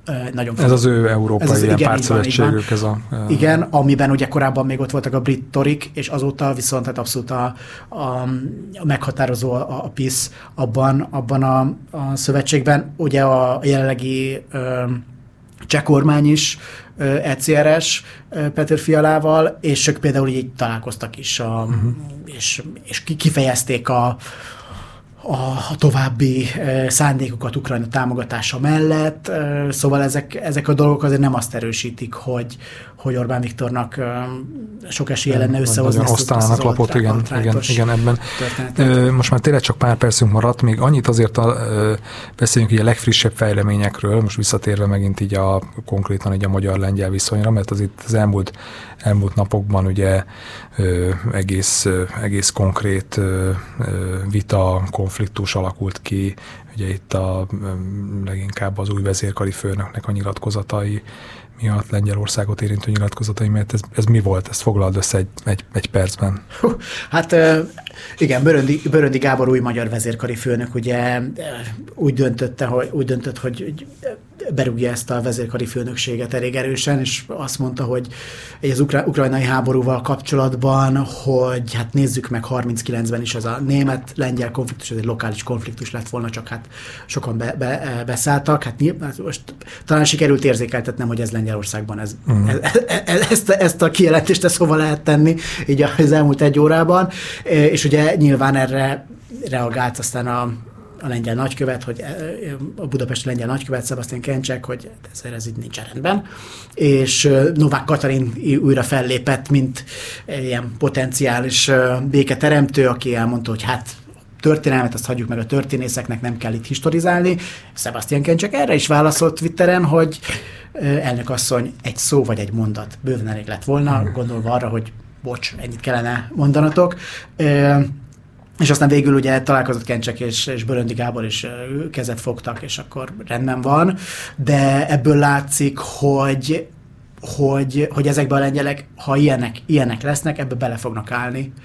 nagyon ez az ő európai ez az, ilyen pártszövetségük. Ez a, igen, amiben ugye korábban még ott voltak a brit torik, és azóta viszont hát abszolút a, a, a meghatározó a, a PiS abban, abban a, a szövetségben. Ugye a jelenlegi ö, cseh kormány is é cé er es Petr Fialával, és ők például így találkoztak is, a, uh-huh. és, és kifejezték a a további szándékokat Ukrajna támogatása mellett. Szóval ezek, ezek a dolgok azért nem azt erősítik, hogy, hogy Orbán Viktornak sok esélye lenne összehozni ezt osztalának lapot, igen, igen, igen, ebben. Történetet. Most már tényleg csak pár percünk maradt, még annyit azért a, beszéljünk így a legfrissebb fejleményekről, most visszatérve megint így a konkrétan így a magyar-lengyel viszonyra, mert az itt az elmúlt, elmúlt napokban ugye ö, egész, ö, egész konkrét ö, vita, konfliktus alakult ki, ugye itt a, leginkább az új vezérkari főnöknek a nyilatkozatai miatt, Lengyelországot érintő nyilatkozatai miatt. Ez, ez mi volt? Ezt foglald össze egy, egy, egy percben. Hát igen, Böröndi, Böröndi Gábor új magyar vezérkari főnök ugye úgy döntötte, hogy, úgy döntött, hogy berúgja ezt a vezérkari főnökséget elég erősen, és azt mondta, hogy az ukra- ukrajnai háborúval kapcsolatban, hogy hát nézzük meg, harminckilencben is az a német-lengyel konfliktus, ez egy lokális konfliktus lett volna, csak hát sokan be, be, beszálltak. Hát nyilván most talán sikerült érzékeltetnem, hogy ez Lengyelországban ez, mm. ez, ez, ezt, ezt a kijelentést ezt hova lehet tenni így az elmúlt egy órában, és ugye nyilván erre reagált aztán a a lengyel nagykövet, hogy a budapesti lengyel nagykövet, Sebastian Kencsek, hogy ez, ez így nincs rendben. És Novák Katalin újra fellépett, mint ilyen potenciális béketeremtő, aki elmondta, hogy hát történelmet, azt hagyjuk meg a történészeknek, nem kell itt historizálni. Sebastian Kencsek erre is válaszolt Twitteren, hogy elnök asszony, egy szó vagy egy mondat bőven elég lett volna, gondolva arra, hogy bocs, ennyit kellene mondanatok. És aztán végül ugye találkozott Kencsek és, és Böröndi Gábor is kezet fogtak, és akkor rendben van. De ebből látszik, hogy, hogy, hogy ezekben a lengyelek, ha ilyenek, ilyenek lesznek, ebbe bele fognak állni.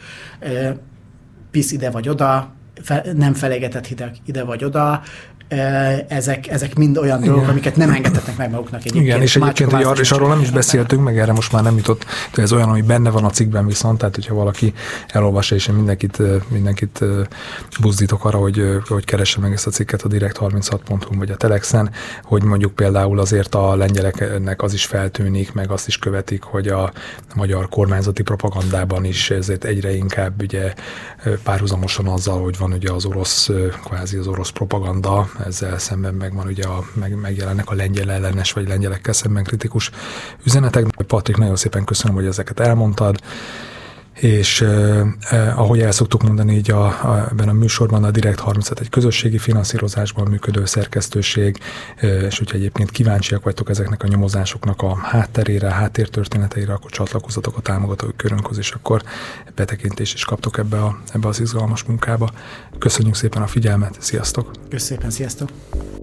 PiS ide vagy oda, fe, nem felégetett hideg ide vagy oda, ezek, ezek mind olyan dolgok, igen, amiket nem engedhetnek meg maguknak egyébként. Igen, és egyébként, hogy ar- és arról nem is beszéltünk, meg erre most már nem jutott, de ez olyan, ami benne van a cikkben viszont, tehát hogyha valaki elolvassa, és én mindenkit, mindenkit buzdítok arra, hogy, hogy keresse meg ezt a cikket a direkt harminchat pont hu vagy a Telexen, hogy mondjuk például azért a lengyeleknek az is feltűnik, meg azt is követik, hogy a magyar kormányzati propagandában is ezért egyre inkább ugye párhuzamosan azzal, hogy van ugye az orosz, kvázi az orosz propaganda, ezzel szemben meg van ugye a, meg, megjelennek a lengyel ellenes, vagy lengyelekkel szemben kritikus üzenetek. Patrik, nagyon szépen köszönöm, hogy ezeket elmondtad, és eh, eh, ahogy el szoktuk mondani így a, a, ebben a műsorban, a Direkt harminchat egy közösségi finanszírozásban működő szerkesztőség, eh, és hogyha egyébként kíváncsiak vagytok ezeknek a nyomozásoknak a hátterére, háttértörténeteire, akkor csatlakozzatok a támogatói körünkhöz, és akkor betekintést is kaptok ebbe, a, ebbe az izgalmas munkába. Köszönjük szépen a figyelmet, sziasztok! Köszönjük szépen, sziasztok!